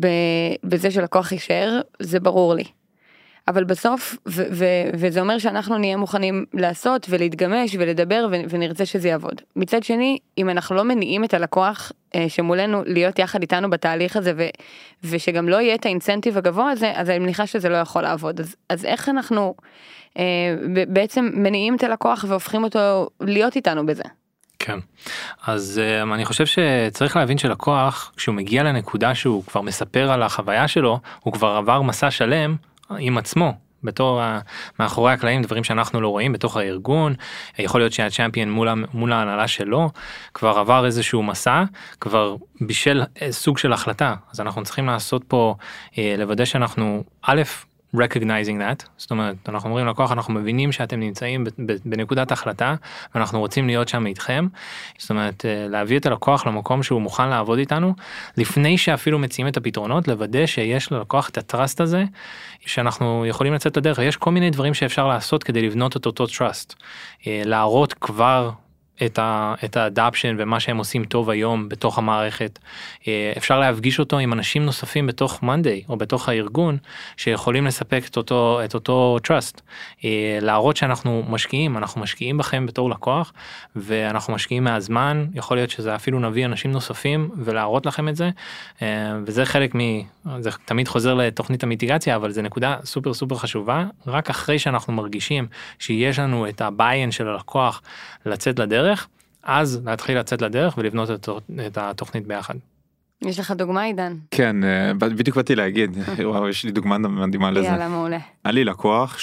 בזה שלקוח יישאר, זה ברור לי. אבל בסוף, ו- ו- וזה אומר שאנחנו נהיה מוכנים לעשות ולהתגמש ולדבר ו- ונרצה שזה יעבוד. מצד שני, אם אנחנו לא מניעים את הלקוח אה, שמולנו להיות יחד איתנו בתהליך הזה, ו- ושגם לא יהיה את האינסנטיב הגבוה הזה, אז אני מניחה שזה לא יכול לעבוד. אז, אז איך אנחנו אה, בעצם מניעים את הלקוח והופכים אותו להיות איתנו בזה? כן, אז um, אני חושב שצריך להבין שלקוח, כשהוא מגיע לנקודה שהוא כבר מספר על החוויה שלו, הוא כבר עבר מסע שלם עם עצמו, בתור uh, מאחורי הקלעים, דברים שאנחנו לא רואים בתוך הארגון, יכול להיות שהצ'מפיון מול, מול ההנהלה שלו, כבר עבר איזשהו מסע, כבר בשל סוג של החלטה, אז אנחנו צריכים לעשות פה, uh, לוודא שאנחנו, א', recognizing that, זאת אומרת, אנחנו אומרים לקוח, אנחנו מבינים שאתם נמצאים בנקודת החלטה, ואנחנו רוצים להיות שם איתכם, זאת אומרת, להביא את הלקוח למקום שהוא מוכן לעבוד איתנו, לפני שאפילו מציעים את הפתרונות, לוודא שיש ללקוח את הטראסט הזה, שאנחנו יכולים לצאת לדרך, יש כל מיני דברים שאפשר לעשות כדי לבנות את אותו trust, להראות כבר את ה את האדאפשן ומה שהם עושים טוב היום בתוך המערכת. אפשר להפגיש אותו עם אנשים נוספים בתוך מנדי או בתוך הארגון שיכולים לספק את אותו את אותו trust. להראות שאנחנו משקיעים, אנחנו משקיעים בכם בתור לקוח ואנחנו משקיעים מהזמן, יכול להיות שזה אפילו נביא אנשים נוספים ולהראות לכם את זה. וזה חלק מ זה תמיד חוזר לתוכנית המיטיגציה, אבל זה נקודה סופר סופר חשובה. רק אחרי שאנחנו מרגישים שיש לנו את הביין של הלקוח לצאת לדרך, אז להתחיל לצאת לדרך ולבנות את התוכנית ביחד. יש לך דוגמה, עידן? כן, בדיוק באתי להגיד, יש לי דוגמה מדהימה לזה. יאללה, מעולה. היה לי לקוח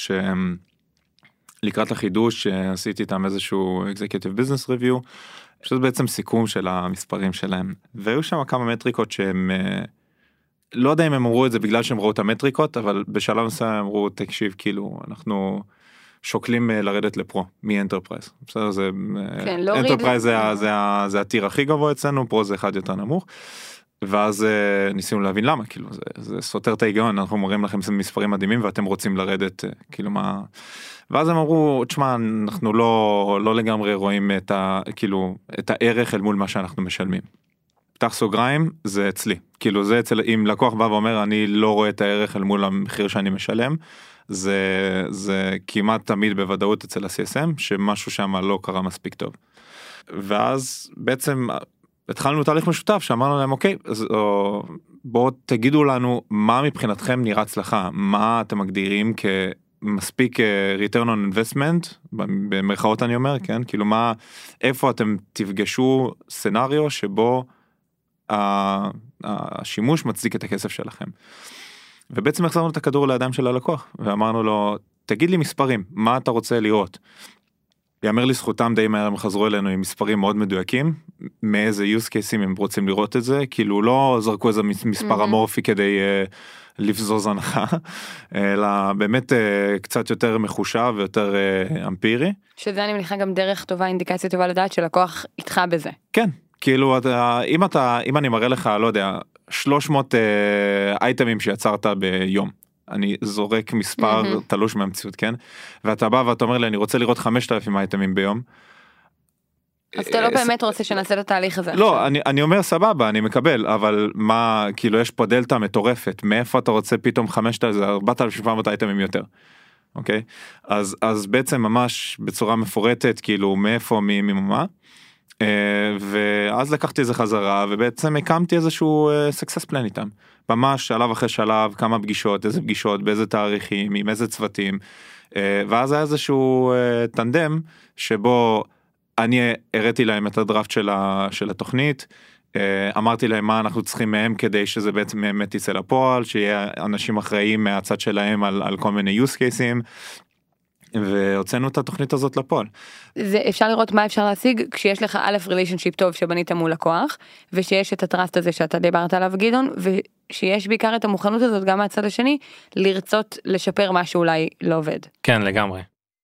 שלקראת החידוש עשיתי איתם איזשהו Executive Business Review, שזה בעצם סיכום של המספרים שלהם, והיו שם כמה מטריקות שהם, לא יודע אם הם אמרו את זה בגלל שהם ראו את המטריקות, אבל בשלב מסוים הם אמרו, תקשיב, כאילו, אנחנו שוקלים לרדת לפרו, מי-אנטרפרייז. בסדר, זה, אנטרפרייז זה הטיר הכי גבוה אצלנו, פרו זה אחד יותר נמוך, ואז ניסינו להבין למה, כאילו, זה סותר את ההיגיון, אנחנו מראים לכם מספרים מדהימים, ואתם רוצים לרדת, כאילו מה, ואז הם אמרו, תשמע, אנחנו לא, לא לגמרי רואים את ה, כאילו, את הערך אל מול מה שאנחנו משלמים. פתח סוגריים, זה אצלי. כאילו זה אצל, אם לקוח בא ואומר, אני לא רואה את הערך אל מול המחיר שאני משלם, זה, זה כמעט תמיד בוודאות אצל ה-סי אס אם, שמשהו שם לא קרה מספיק טוב. ואז בעצם התחלנו תהליך משותף, שאמרנו להם, אוקיי, אז, או, בואו תגידו לנו מה מבחינתכם נראה הצלחה, מה אתם מגדירים כמספיק return on investment, במרכאות אני אומר, כן? כאילו מה, איפה אתם תפגשו סנריו שבו השימוש מצדיק את הכסף שלכם. ובעצם החזרנו את הכדור לידיים של הלקוח, ואמרנו לו, תגיד לי מספרים, מה אתה רוצה לראות? יאמר לי זכותם די מהר, הם חזרו אלינו עם מספרים מאוד מדויקים, מאיזה use cases הם רוצים לראות את זה, כאילו לא זרקו איזה מספר אמורפי כדי uh, לבזוז הנחה, אלא באמת uh, קצת יותר מחושב ויותר uh, אמפירי. שזה אני מניחה גם דרך טובה, אינדיקציה טובה לדעת שלקוח איתך בזה. כן, כאילו אתה, אם אתה, אם אני מראה לך, לא יודע, שלוש מאות אייטמים שיצרת ביום, אני זורק מספר mm-hmm. תלוש מהמציאות, כן? ואתה בא ואתה אומר לי, אני רוצה לראות חמשת אלפים אייטמים ביום. אז אתה לא באמת רוצה שנעשה את התהליך הזה. לא, אני, אני אומר סבבה, אני מקבל, אבל מה, כאילו יש פה דלטה מטורפת, מאיפה אתה רוצה פתאום חמשת אלפים, זה ארבעת אלפים שבע מאות אייטמים יותר. אוקיי? אז, אז בעצם ממש בצורה מפורטת, כאילו מאיפה, מי, מי, מה. ואז לקחתי איזה חזרה, ובעצם הקמתי איזשהו success plan איתם. ממש שלב אחרי שלב, כמה פגישות, איזה פגישות, באיזה תאריכים, עם איזה צוותים, ואז היה איזשהו טנדם, שבו אני הראיתי להם את הדראפט של, ה, של התוכנית, אמרתי להם מה אנחנו צריכים מהם, כדי שזה בעצם באמת יצא לפועל, שיהיה אנשים אחראים מהצד שלהם על, על כל מיני use cases, והוצאנו את התוכנית הזאת לפועל. זה אפשר לראות מה אפשר להשיג כשיש לך א' ריליישנשיפ טוב שבנית מול לקוח, ושיש את הטראסט הזה שאתה דיברת עליו גדעון, ושיש בעיקר את המוכנות הזאת גם מהצד השני, לרצות לשפר מה שאולי לא עובד. כן, לגמרי.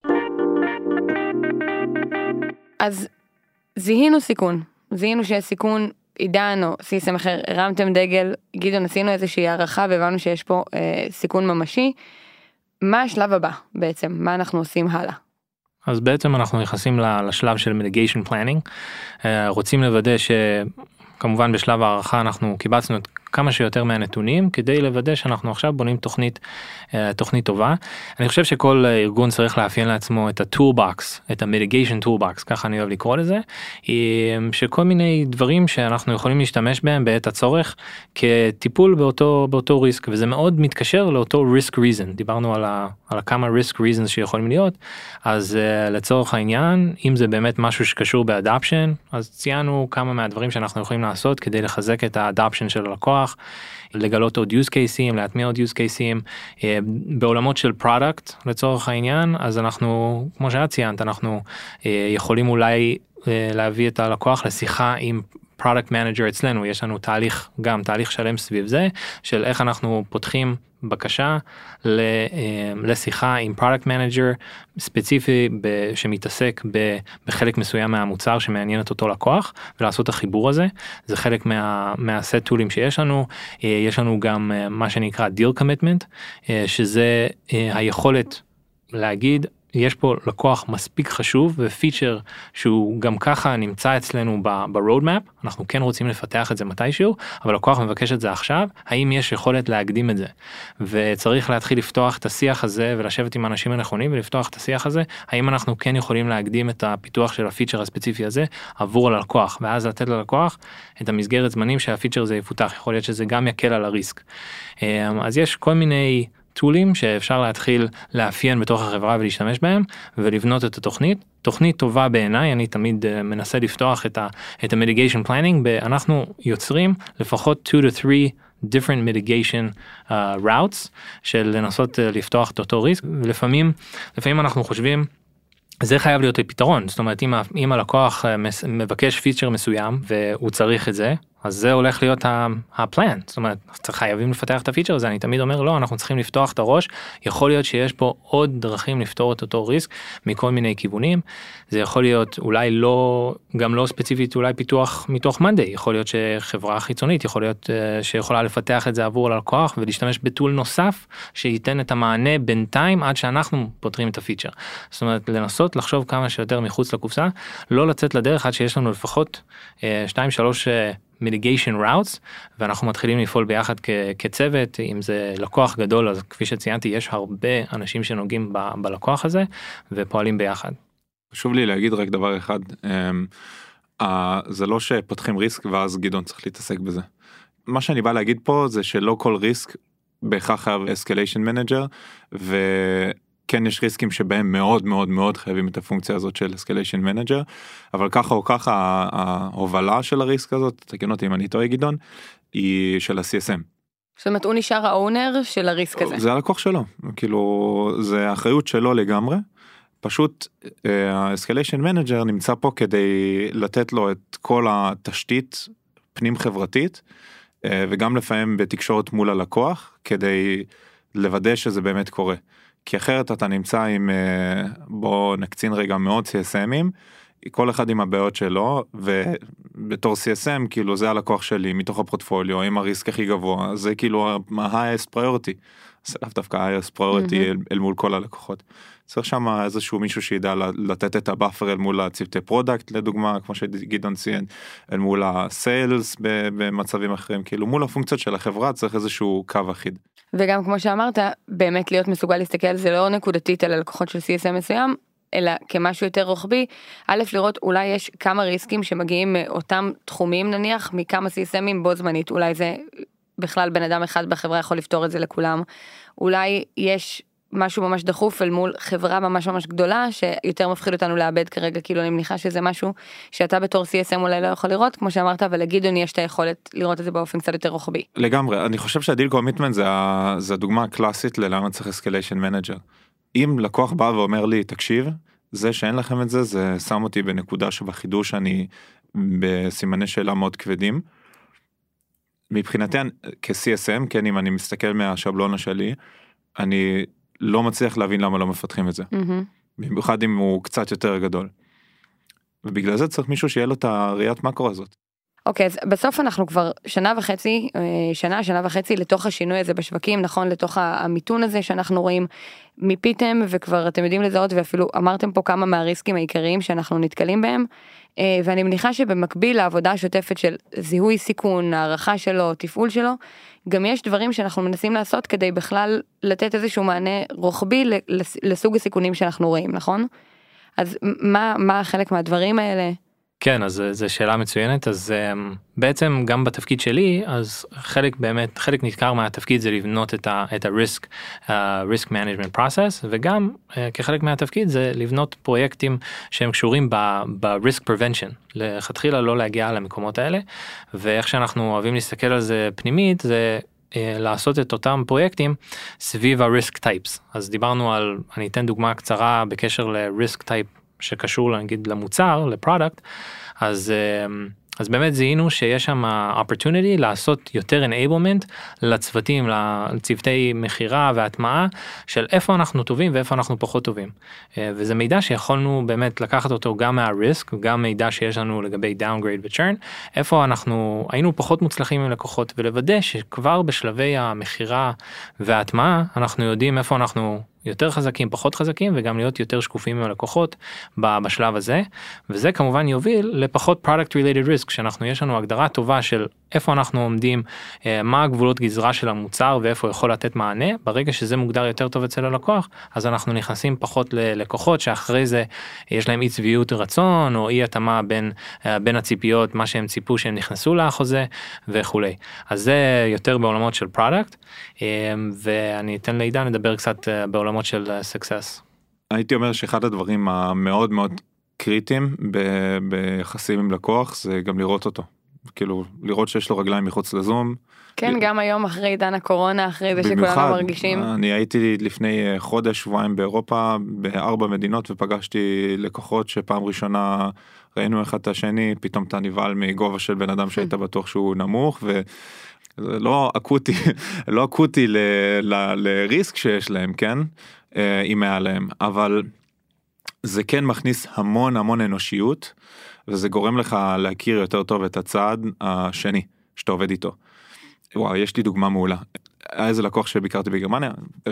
אז זיהינו סיכון, זיהינו שיש סיכון, עידן או סי אס אם אחר, הרמתם דגל, גדעון עשינו איזושהי הערכה, והבנו שיש פה אה, סיכון ממשי. מה השלב הבא בעצם? מה אנחנו עושים הלאה? אז בעצם אנחנו נכנסים לשלב של mitigation planning, רוצים לוודא שכמובן בשלב הערכה אנחנו קיבצנו את כמה שיותר מהנתונים, כדי לוודא שאנחנו עכשיו בונים תוכנית, תוכנית טובה. אני חושב שכל ארגון צריך לאפיין לעצמו את ה-toolbox, את ה-mitigation toolbox, ככה אני אוהב לקרוא לזה, שכל מיני דברים שאנחנו יכולים להשתמש בהם בעת הצורך, כטיפול באותו, באותו ריסק, וזה מאוד מתקשר לאותו risk reason, דיברנו על, ה, על כמה risk reasons שיכולים להיות, אז לצורך העניין, אם זה באמת משהו שקשור ב-adoption, אז ציינו כמה מהדברים שאנחנו יכולים לעשות, כדי לחזק את ה-adoption של הלקוח, לגלות עוד use cases, להטמיע עוד use cases, בעולמות של product לצורך העניין, אז אנחנו, כמו שאת ציינת, אנחנו יכולים אולי להביא את הלקוח לשיחה עם product manager אצלנו, יש לנו תהליך, גם תהליך שלם סביב זה, של איך אנחנו פותחים בקשה לשיחה עם product manager ספציפי שמתעסק בחלק מסוים מהמוצר שמעניין את אותו לקוח, ולעשות את החיבור הזה. זה חלק מה, מהסט טולים שיש לנו. יש לנו גם מה שנקרא deal commitment, שזה היכולת להגיד, יש פה לקוח מספיק חשוב ופיצ'ר שהוא גם ככה נמצא אצלנו ברודמאפ, אנחנו כן רוצים לפתח את זה מתישהו, אבל לקוח מבקש את זה עכשיו, האם יש יכולת להקדים את זה? וצריך להתחיל לפתוח את השיח הזה ולשבת עם האנשים הנכונים ולפתוח את השיח הזה, האם אנחנו כן יכולים להקדים את הפיתוח של הפיצ'ר הספציפי הזה עבור הלקוח, ואז לתת ללקוח את המסגרת זמנים שהפיצ'ר הזה יפותח, יכול להיות שזה גם יקל על הריסק. אז יש כל מיני טולים שאפשר להתחיל לאפיין בתוך החברה ולהשתמש בהם ולבנות את התוכנית. תוכנית טובה בעיניי, אני תמיד מנסה לפתוח את ה את ה-mitigation planning, אנחנו יוצרים לפחות two to three different mitigation uh, routes של לנסות uh, לפתוח את אותו ריסק, ולפעמים לפעמים אנחנו חושבים זה חייב להיות פתרון, זאת אומרת אם, אם הלקוח מבקש פיצ'ר מסוים והוא צריך את זה, אז זה הולך להיות הפלן, זאת אומרת, חייבים לפתח את הפיצ'ר הזה, אני תמיד אומר, לא, אנחנו צריכים לפתוח את הראש, יכול להיות שיש פה עוד דרכים לפתור את אותו ריסק, מכל מיני כיוונים, זה יכול להיות אולי לא, גם לא ספציפית, אולי פיתוח מתוך מנדי, יכול להיות שחברה חיצונית, יכול להיות שיכולה לפתח את זה עבור הלקוח, ולהשתמש בטול נוסף, שייתן את המענה בינתיים, עד שאנחנו פותרים את הפיצ'ר. זאת אומרת, לנסות לחשוב כמה שיותר מחוץ לקופסה, לא לצאת לדרך עד שיש לנו לפחות שתיים, שלוש mitigation routes, ואנחנו מתחילים לפעול ביחד כ- כצוות, אם זה לקוח גדול, אז כפי שציינתי, יש הרבה אנשים שנוגעים ב- בלקוח הזה, ופועלים ביחד. חשוב לי להגיד רק דבר אחד, זה לא שפותחים ריסק ואז גדעון צריך להתעסק בזה. מה שאני בא להגיד פה זה שלא כל ריסק בהכרח חייב escalation manager, וכן יש ריסקים שבהם מאוד מאוד מאוד חייבים את הפונקציה הזאת של escalation manager, אבל ככה או ככה ההובלה של הריסק הזאת, תקן אותי אם אני טועה גדעון, היא של ה-סי אס אם. זאת אומרת הוא נשאר האונר של הריסק הזה. זה הלקוח שלו, כאילו זה האחריות שלו לגמרי, פשוט ה-escalation manager נמצא פה כדי לתת לו את כל התשתית פנים חברתית, וגם לפעמים בתקשורת מול הלקוח, כדי לוודא שזה באמת קורה. כי אחרת אתה נמצא עם, בוא נקצין רגע מאוד סי אס אמ'ים, כל אחד עם הבעיות שלו, ובתור סי אס אם, כאילו זה הלקוח שלי, מתוך הפורטפוליו, עם הריסק הכי גבוה, זה כאילו ה-highest priority, זה לאו דווקא ה-highest priority אל, אל מול כל הלקוחות. צריך שם איזשהו מישהו שידע לתת את הבאפר אל מול הצוותי פרודקט, לדוגמה, כמו שגדעון ציין, אל מול הסיילס במצבים אחרים, כאילו מול הפונקציות של החברה צריך איזשהו קו אחיד. וגם כמו שאמרת, באמת להיות מסוגל להסתכל על זה לא נקודתית על הלקוחות של סי אס אם מסוים, אלא כמשהו יותר רוחבי, א' לראות אולי יש כמה ריסקים שמגיעים מאותם תחומים נניח, מכמה סי אס אמ'ים בו זמנית, אולי זה בכלל בן אדם אחד בחברה יכול לפתור את זה לכולם, אולי יש משהו ממש דחוף אל מול חברה ממש ממש גדולה, שיותר מפחיד אותנו לאבד כרגע, כאילו אני מניחה שזה משהו שאתה בתור סי אס אם אולי לא יכול לראות, כמו שאמרת, אבל לגדעון יש את היכולת לראות את זה באופן קצת יותר רוחבי. לגמרי, אני חושב שהדיל קומיטמנט זה, זה הדוגמה הקלאסית ללמה צריך escalation manager. אם לקוח בא ואומר לי, תקשיב, זה שאין לכם את זה, זה שם אותי בנקודה שבחידוש אני בסימני שאלה מאוד כבדים. מבחינתי כ-סי אס אם, כן, אם אני מסתכל מהשבלונה שלי, אני לא מצליח להבין למה לא מפתחים את זה. במיוחד אם הוא קצת יותר גדול. ובגלל זה צריך מישהו שיהיה לו את הראיית מקרו הזאת. אוקיי, אז בסוף אנחנו כבר שנה וחצי, שנה, שנה וחצי לתוך השינוי הזה בשווקים, נכון, לתוך המיתון הזה שאנחנו רואים, מיפיתם וכבר אתם יודעים לזהות, ואפילו אמרתם פה כמה מהריסקים העיקריים שאנחנו נתקלים בהם, ואני מניחה שבמקביל לעבודה השוטפת של זיהוי סיכון, הערכה שלו, תפעול שלו, גם יש דברים שאנחנו מנסים לעשות כדי בכלל לתת איזשהו מענה רוחבי לסוג הסיכונים שאנחנו רואים, נכון? אז מה, מה חלק מהדברים האלה? כן, אז זו שאלה מצוינת, אז um, בעצם גם בתפקיד שלי, אז חלק באמת, חלק נזכר מהתפקיד זה לבנות את ה, את ה-risk, uh, risk management process, וגם uh, כחלק מהתפקיד זה לבנות פרויקטים שהם קשורים ב-risk prevention, לכתחילה לא להגיע למקומות האלה, ואיך שאנחנו אוהבים להסתכל על זה פנימית, זה uh, לעשות את אותם פרויקטים סביב ה-risk types. אז דיברנו על, אני אתן דוגמה קצרה בקשר ל-risk type, שקשור נגיד למוצר, לפרודקט, אז, אז באמת זיהינו שיש שם opportunity לעשות יותר enablement לצוותים, לצוותי מחירה והטמעה של איפה אנחנו טובים ואיפה אנחנו פחות טובים. וזה מידע שיכולנו באמת לקחת אותו גם מה-risk, גם מידע שיש לנו לגבי downgrade ו-churn, איפה אנחנו היינו פחות מוצלחים עם לקוחות, ולוודא שכבר בשלבי המחירה וההטמעה, אנחנו יודעים איפה אנחנו יותר חזקים, פחות חזקים, וגם להיות יותר שקופים עם הלקוחות בשלב הזה, וזה כמובן יוביל לפחות product related risk, שאנחנו, יש לנו הגדרה טובה של איפה אנחנו עומדים, מה הגבולות גזרה של המוצר, ואיפה יכול לתת מענה, ברגע שזה מוגדר יותר טוב אצל הלקוח, אז אנחנו נכנסים פחות ללקוחות, שאחרי זה יש להם אי צביעות רצון, או אי התאמה בין, בין הציפיות, מה שהם ציפו שהם נכנסו לחוזה, וכולי. אז זה יותר בעולמות של product, ואני אתן לעידן לדבר קצת בעולמות של success. הייתי אומר שאחד הדברים המאוד מאוד קריטיים ביחסים עם לקוח, זה גם לראות אותו. כאילו, לראות שיש לו רגליים מחוץ לזום. כן, גם היום אחרי עידן הקורונה, אחרי זה שכולנו מרגישים. אני הייתי לפני חודש, שבועיים באירופה, בארבע מדינות, ופגשתי לקוחות שפעם ראשונה ראינו אחד את השני, פתאום אתה נבהל מגובה של בן אדם שהיית בטוח שהוא נמוך, ו... זה לא אקוטי, לא אקוטי ל, ל, לריסק שיש להם, כן? אם היה להם, אבל זה כן מכניס המון המון אנושיות, וזה גורם לך להכיר יותר טוב את הצעד השני שאתה עובד איתו. וואו, יש לי דוגמה מעולה. היה איזה לקוח שביקרתי בגרמניה,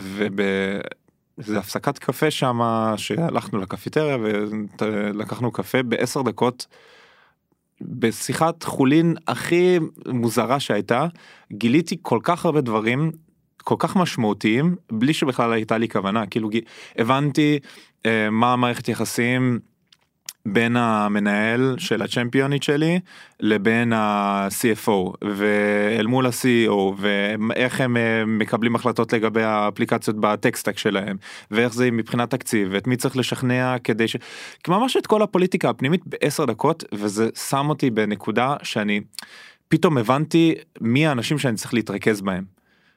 ובאיזה הפסקת קפה שם, שהלכנו לקפיטריה ולקחנו קפה בעשר דקות, בשיחת חולין הכי מוזרה שהייתה, גיליתי כל כך הרבה דברים, כל כך משמעותיים, בלי שבכלל הייתה לי כוונה, כאילו הבנתי אה, מה המערכת יחסים, בין המנהל של הצ'מפיונית שלי לבין ה-סי אף או ואל מול ה-סי אי או ואיך הם מקבלים החלטות לגבי האפליקציות בטקסטק שלהם ואיך זה מבחינת תקציב ואת מי צריך לשכנע כדי ש... ממש את כל הפוליטיקה הפנימית בעשר דקות, וזה שם אותי בנקודה שאני פתאום הבנתי מי האנשים שאני צריך להתרכז בהם.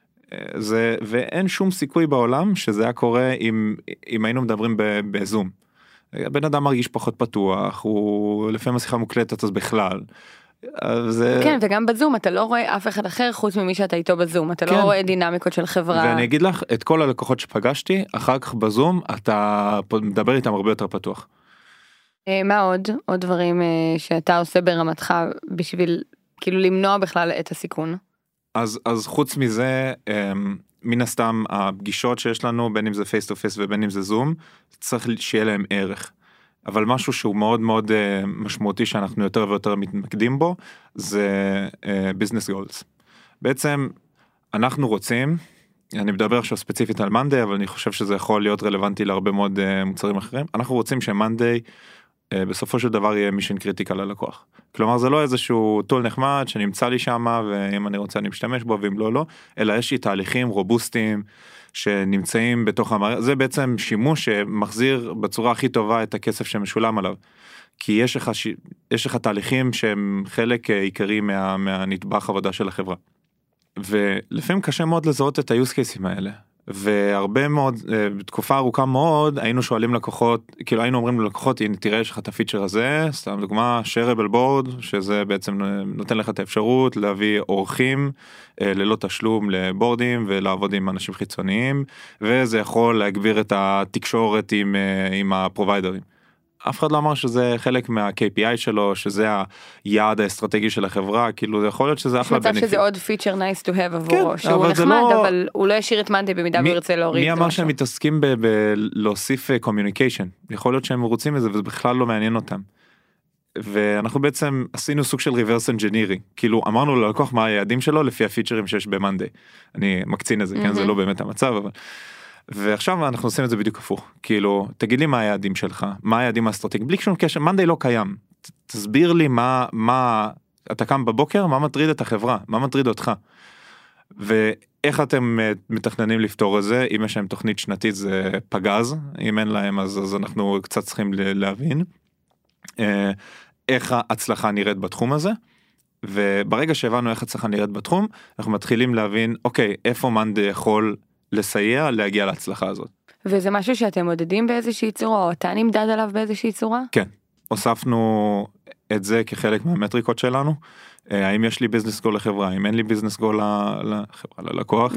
זה, ואין שום סיכוי בעולם שזה היה קורה אם, אם היינו מדברים בזום. הבן אדם מרגיש פחות פתוח, הוא לפעמים השיחה מוקלטת אז בכלל. זה... כן, וגם בזום אתה לא רואה אף אחד אחר חוץ ממי שאתה איתו בזום, אתה כן. לא רואה דינמיקות של חברה. ואני אגיד לך, את כל הלקוחות שפגשתי, אחר כך בזום אתה מדבר איתם הרבה יותר פתוח. מה עוד? עוד דברים שאתה עושה ברמתך בשביל כאילו למנוע בכלל את הסיכון? אז, אז חוץ מזה, מן הסתם הפגישות שיש לנו, בין אם זה פייס טו פייס ובין אם זה זום, צריך שיהיה להם ערך. אבל משהו שהוא מאוד מאוד משמעותי שאנחנו יותר ויותר מתמקדים בו, זה ביזנס גולס. בעצם אנחנו רוצים, אני מדבר עכשיו ספציפית על Monday, אבל אני חושב שזה יכול להיות רלוונטי להרבה מאוד מוצרים אחרים. אנחנו רוצים ש-Monday בסופו של דבר יהיה מישן קריטיקל ללקוח. כלומר זה לא איזשהו טול נחמד שנמצא לי שם ואם אני רוצה אני משתמש בו ואם לא לא, אלא יש לי תהליכים רובוסטיים שנמצאים בתוך המערכת, זה בעצם שימוש שמחזיר בצורה הכי טובה את הכסף שמשולם עליו. כי יש לך, יש לך תהליכים שהם חלק עיקרי מה, מהנטבח עבודה של החברה. ולפעמים קשה מאוד לזהות את ה-use cases האלה. והרבה מאוד, בתקופה ארוכה מאוד, היינו שואלים לקוחות, כאילו היינו אומרים ללקוחות, הנה תראה יש לך את הפיצ'ר הזה, סתם דוגמה, shareable board, שזה בעצם נותן לך את האפשרות להביא אורחים ללא תשלום לבורדים, ולעבוד עם אנשים חיצוניים, וזה יכול להגביר את התקשורת עם, עם הפרוביידרים. אף אחד לא אמר שזה חלק מה-קיי פי איי שלו, שזה היעד האסטרטגי של החברה, כאילו זה יכול להיות שזה אחלה בנפיט. מצב שזה עוד פיצ'ר nice to have עבורו, שהוא נחמד, אבל הוא לא ישאיר את Monday במידה והוא ירצה להוריד. מי אמר שהם מתעסקים בלהוסיף קומיוניקיישן? יכול להיות שהם רוצים את זה, וזה בכלל לא מעניין אותם. ואנחנו בעצם עשינו סוג של reverse engineering, כאילו אמרנו ללקוח מה היעדים שלו, לפי הפיצ'רים שיש ב-Monday. אני מקצין את זה, כן, זה לא באמת המצב, אבל... ועכשיו אנחנו עושים את זה בדיוק הפוך, כאילו, תגיד לי מה היעדים שלך, מה היעדים האסטרטגיים, בלי שום קשר, Monday לא קיים, תסביר לי מה, מה, אתה קם בבוקר, מה מטריד את החברה, מה מטריד אותך, ואיך אתם מתכננים לפתור את זה, אם יש להם תוכנית שנתית זה פגז, אם אין להם אז, אז אנחנו קצת צריכים להבין, איך ההצלחה נראית בתחום הזה, וברגע שהבנו איך ההצלחה נראית בתחום, אנחנו מתחילים להבין, אוקיי, איפה Monday יכול לסייע להגיע להצלחה הזאת. וזה משהו שאתם מודדים באיזושהי צורה, או אתה נמדד עליו באיזושהי צורה? כן, הוספנו את זה כחלק מהמטריקות שלנו, האם יש לי ביזנס גול לחברה, האם אין לי ביזנס גול לחברה, ללקוח,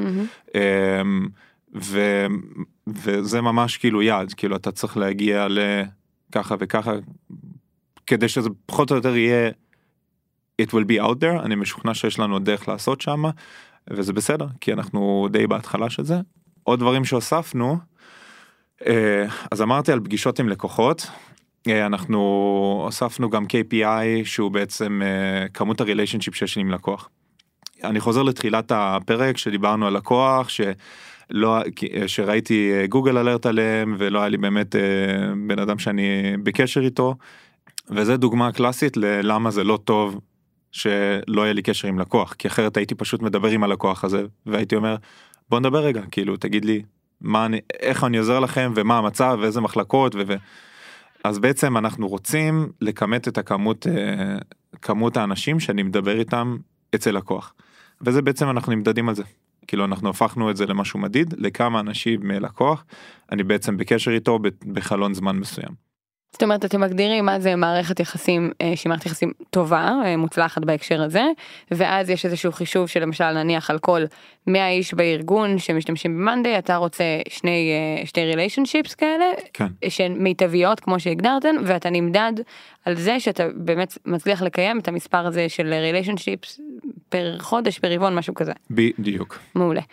וזה ממש כאילו יעד, כאילו אתה צריך להגיע לככה וככה, כדי שזה פחות או יותר יהיה, it will be out there, אני משוכנע שיש לנו דרך לעשות שם, וזה בסדר, כי אנחנו די בהתחלה של זה. עוד דברים שהוספנו, אז אמרתי על פגישות עם לקוחות, אנחנו הוספנו גם קיי פי איי, שהוא בעצם כמות הריליישנשיפ שיש לי עם לקוח. אני חוזר לתחילת הפרק, שדיברנו על לקוח, שלא, שראיתי גוגל אלרט עליהם, ולא היה לי באמת בן אדם שאני בקשר איתו, וזה דוגמה קלאסית ללמה זה לא טוב, שלא יהיה לי קשר עם לקוח, כי אחרת הייתי פשוט מדבר עם הלקוח הזה, והייתי אומר, בוא נדבר רגע, כאילו, תגיד לי, מה אני, איך אני עוזר לכם, ומה המצב, ואיזה מחלקות, ו... אז בעצם אנחנו רוצים לכמת את הכמות, כמות האנשים שאני מדבר איתם אצל לקוח. וזה בעצם אנחנו נמדדים על זה. כאילו, אנחנו הפכנו את זה למשהו מדיד, לכמה אנשים מלקוח, אני בעצם בקשר איתו בחלון זמן מסוים. זאת אומרת, אתם מגדירים מה זה מערכת יחסים, שהיא מערכת יחסים טובה, מוצלחת בהקשר הזה, ואז יש איזשהו חישוב שלמשל נניח על כל מאה איש בארגון שמשתמשים ב-Monday, אתה רוצה שני, שתי relationships כאלה, כן. שהן מיטביות כמו שהגדרתן, ואתה נמדד על זה שאתה באמת מצליח לקיים את המספר הזה של relationships פר חודש, פר רבעון, משהו כזה. בדיוק. מעולה.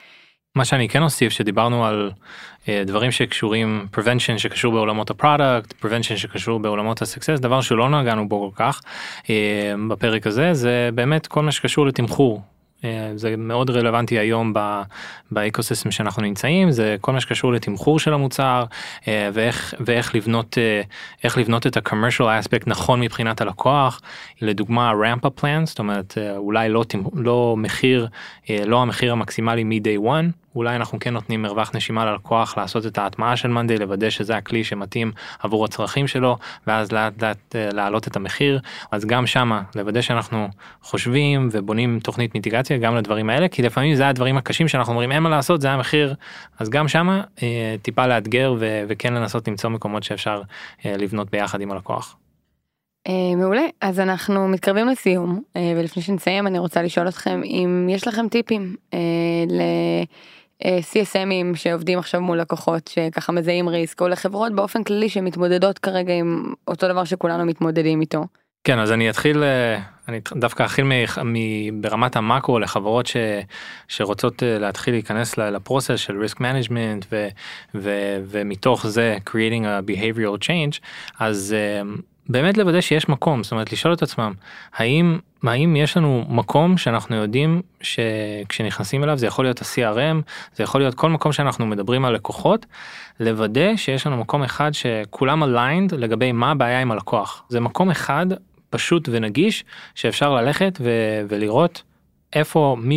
מה שאני כן אוסיף שדיברנו על uh, דברים שקשורים prevention שקשור בעולמות הפרודקט, prevention שקשור בעולמות ה-success, דבר שלא נגענו בו כל כך uh, בפרק הזה, זה באמת כל מה שקשור לתמחור. זה מאוד רלוונטי היום באקוסיסטם שאנחנו נמצאים, זה כל מה שקשור לתמחור של המוצר ואיך, ואיך לבנות, איך לבנות את ה-commercial aspect נכון מבחינת הלקוח, לדוגמה ramp-up plan, זאת אומרת אולי לא, לא מחיר, לא המחיר המקסימלי מ-day one, אולי אנחנו כן נותנים מרווח נשימה ללקוח לעשות את ההטמעה של מנדי, לוודא שזה הכלי שמתאים עבור הצרכים שלו, ואז לאט לאט להעלות את המחיר, אז גם שמה לוודא שאנחנו חושבים ובונים תוכנית מיטיגציה גם לדברים האלה, כי לפעמים זה הדברים הקשים שאנחנו אומרים אין מה לעשות, זה המחיר, אז גם שמה טיפה לאתגר ו- וכן לנסות למצוא מקומות שאפשר לבנות ביחד עם הלקוח. מעולה, אז אנחנו מתקרבים לסיום, ולפני שנסיים אני רוצה לשאול אתכם אם יש לכם טיפים ל... סי אס אמים שעובדים עכשיו מול לקוחות שככה מזהים ריסק, או לחברות באופן כללי שמתמודדות כרגע עם אותו דבר שכולנו מתמודדים איתו. כן, אז אני אתחיל, אני דווקא אתחיל ברמת המאקרו לחברות ש, שרוצות להתחיל להיכנס לפרוסס של risk management ו, ו, ומתוך זה creating a behavioral change, אז באמת לוודא שיש מקום, זאת אומרת לשאול את עצמם, האם, האם יש לנו מקום שאנחנו יודעים שכשנכנסים אליו, זה יכול להיות ה-סי אר אם, זה יכול להיות כל מקום שאנחנו מדברים על לקוחות, לוודא שיש לנו מקום אחד שכולם aligned לגבי מה הבעיה עם הלקוח. זה מקום אחד פשוט ונגיש, שאפשר ללכת ו- ולראות איפה מי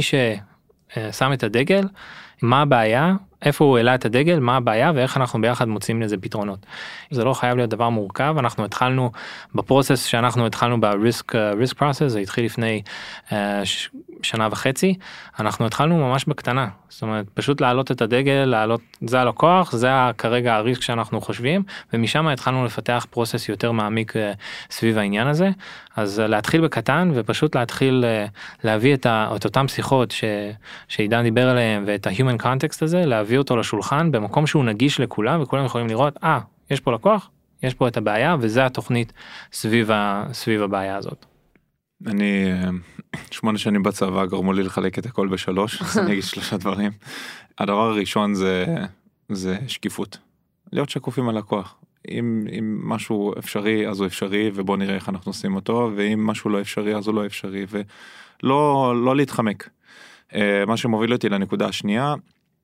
ששם את הדגל, מה הבעיה, איפה הוא העלה את הדגל, מה הבעיה ואיך אנחנו ביחד מוצאים לזה פתרונות. זה לא חייב להיות דבר מורכב, אנחנו התחלנו בפרוסס שאנחנו התחלנו ב-risk, risk process, זה התחיל לפני uh, ש- שנה וחצי, אנחנו התחלנו ממש בקטנה, זאת אומרת פשוט להעלות את הדגל, להעלות, זה הלקוח, זה כרגע הריסק שאנחנו חושבים, ומשם התחלנו לפתח פרוסס יותר מעמיק uh, סביב העניין הזה, אז uh, להתחיל בקטן ופשוט להתחיל uh, להביא את, ה, את אותם שיחות ש, שעידן דיבר עליהם ואת ה-human context הזה, להביא אותו לשולחן במקום שהוא נגיש לכולם וכולם יכולים לראות, אה, יש פה לקוח, יש פה את הבעיה וזה התוכנית סביב, ה, סביב הבעיה הזאת. אני שמונה שנים בצבא גרמו לי לחלק את הכל בשלוש, אז אני אגיד שלושה דברים. הדבר הראשון זה, זה שקיפות. להיות שקופים על לקוח. אם, אם משהו אפשרי אז הוא אפשרי ובוא נראה איך אנחנו עושים אותו, ואם משהו לא אפשרי אז הוא לא אפשרי, ולא לא להתחמק. מה שמוביל אותי לנקודה השנייה,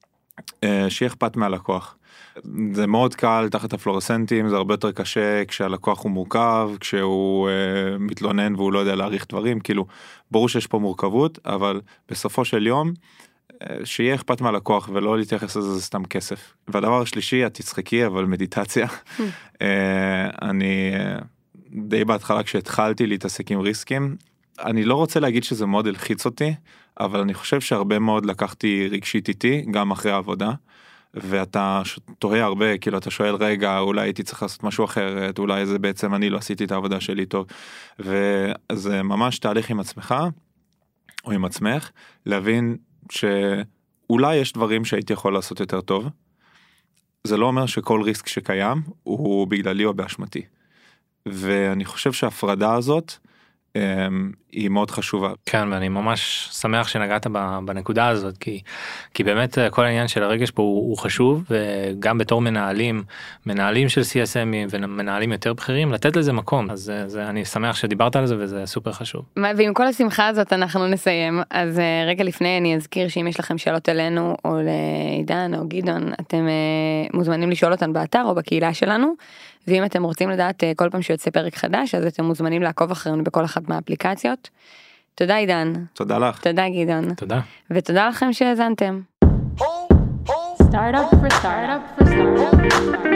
שיהיה אכפת מהלקוח. זה מאוד קל תחת הפלורסנטים, זה הרבה יותר קשה כשהלקוח הוא מורכב, כשהוא uh, מתלונן והוא לא יודע להעריך דברים, כאילו ברור שיש פה מורכבות, אבל בסופו של יום, uh, שיהיה אכפת מהלקוח ולא להתייחס לזה, זה סתם כסף. והדבר השלישי, את תצחקי, אבל מדיטציה. uh, אני uh, די בהתחלה כשהתחלתי להתעסק עם ריסקים, אני לא רוצה להגיד שזה מאוד הלחיץ אותי, אבל אני חושב שהרבה מאוד לקחתי רגשית איתי, גם אחרי העבודה, ואתה תוהה הרבה, כאילו אתה שואל רגע, אולי הייתי צריך לעשות משהו אחרת, אולי זה בעצם אני לא עשיתי את העבודה שלי טוב, וזה ממש תהליך עם עצמך, או עם עצמך, להבין שאולי יש דברים שהייתי יכול לעשות יותר טוב, זה לא אומר שכל ריסק שקיים, הוא בגללי או באשמתי, ואני חושב שההפרדה הזאת, היא מאוד חשובה. כן, ואני ממש שמח שנגעת בנקודה הזאת, כי, כי באמת כל העניין של הרגש פה הוא, הוא חשוב, וגם בתור מנהלים, מנהלים של סי אס אמים ומנהלים יותר בכירים, לתת לזה מקום. אז זה, אני שמח שדיברת על זה וזה סופר חשוב. ועם כל השמחה הזאת אנחנו נסיים. אז רגע לפני אני אזכיר שאם יש לכם שאלות אלינו, או לעידן או גדעון, אתם מוזמנים לשאול אותן באתר או בקהילה שלנו. ואם אתם רוצים לדעת כל פעם שיוצא פרק חדש, אז אתם מוזמנים לעקוב אחרינו בכל אחת מהאפליקציות. תודה עידן. תודה לך. תודה גדעון. תודה. ותודה לכם שהאזנתם. Startup for startup for startup.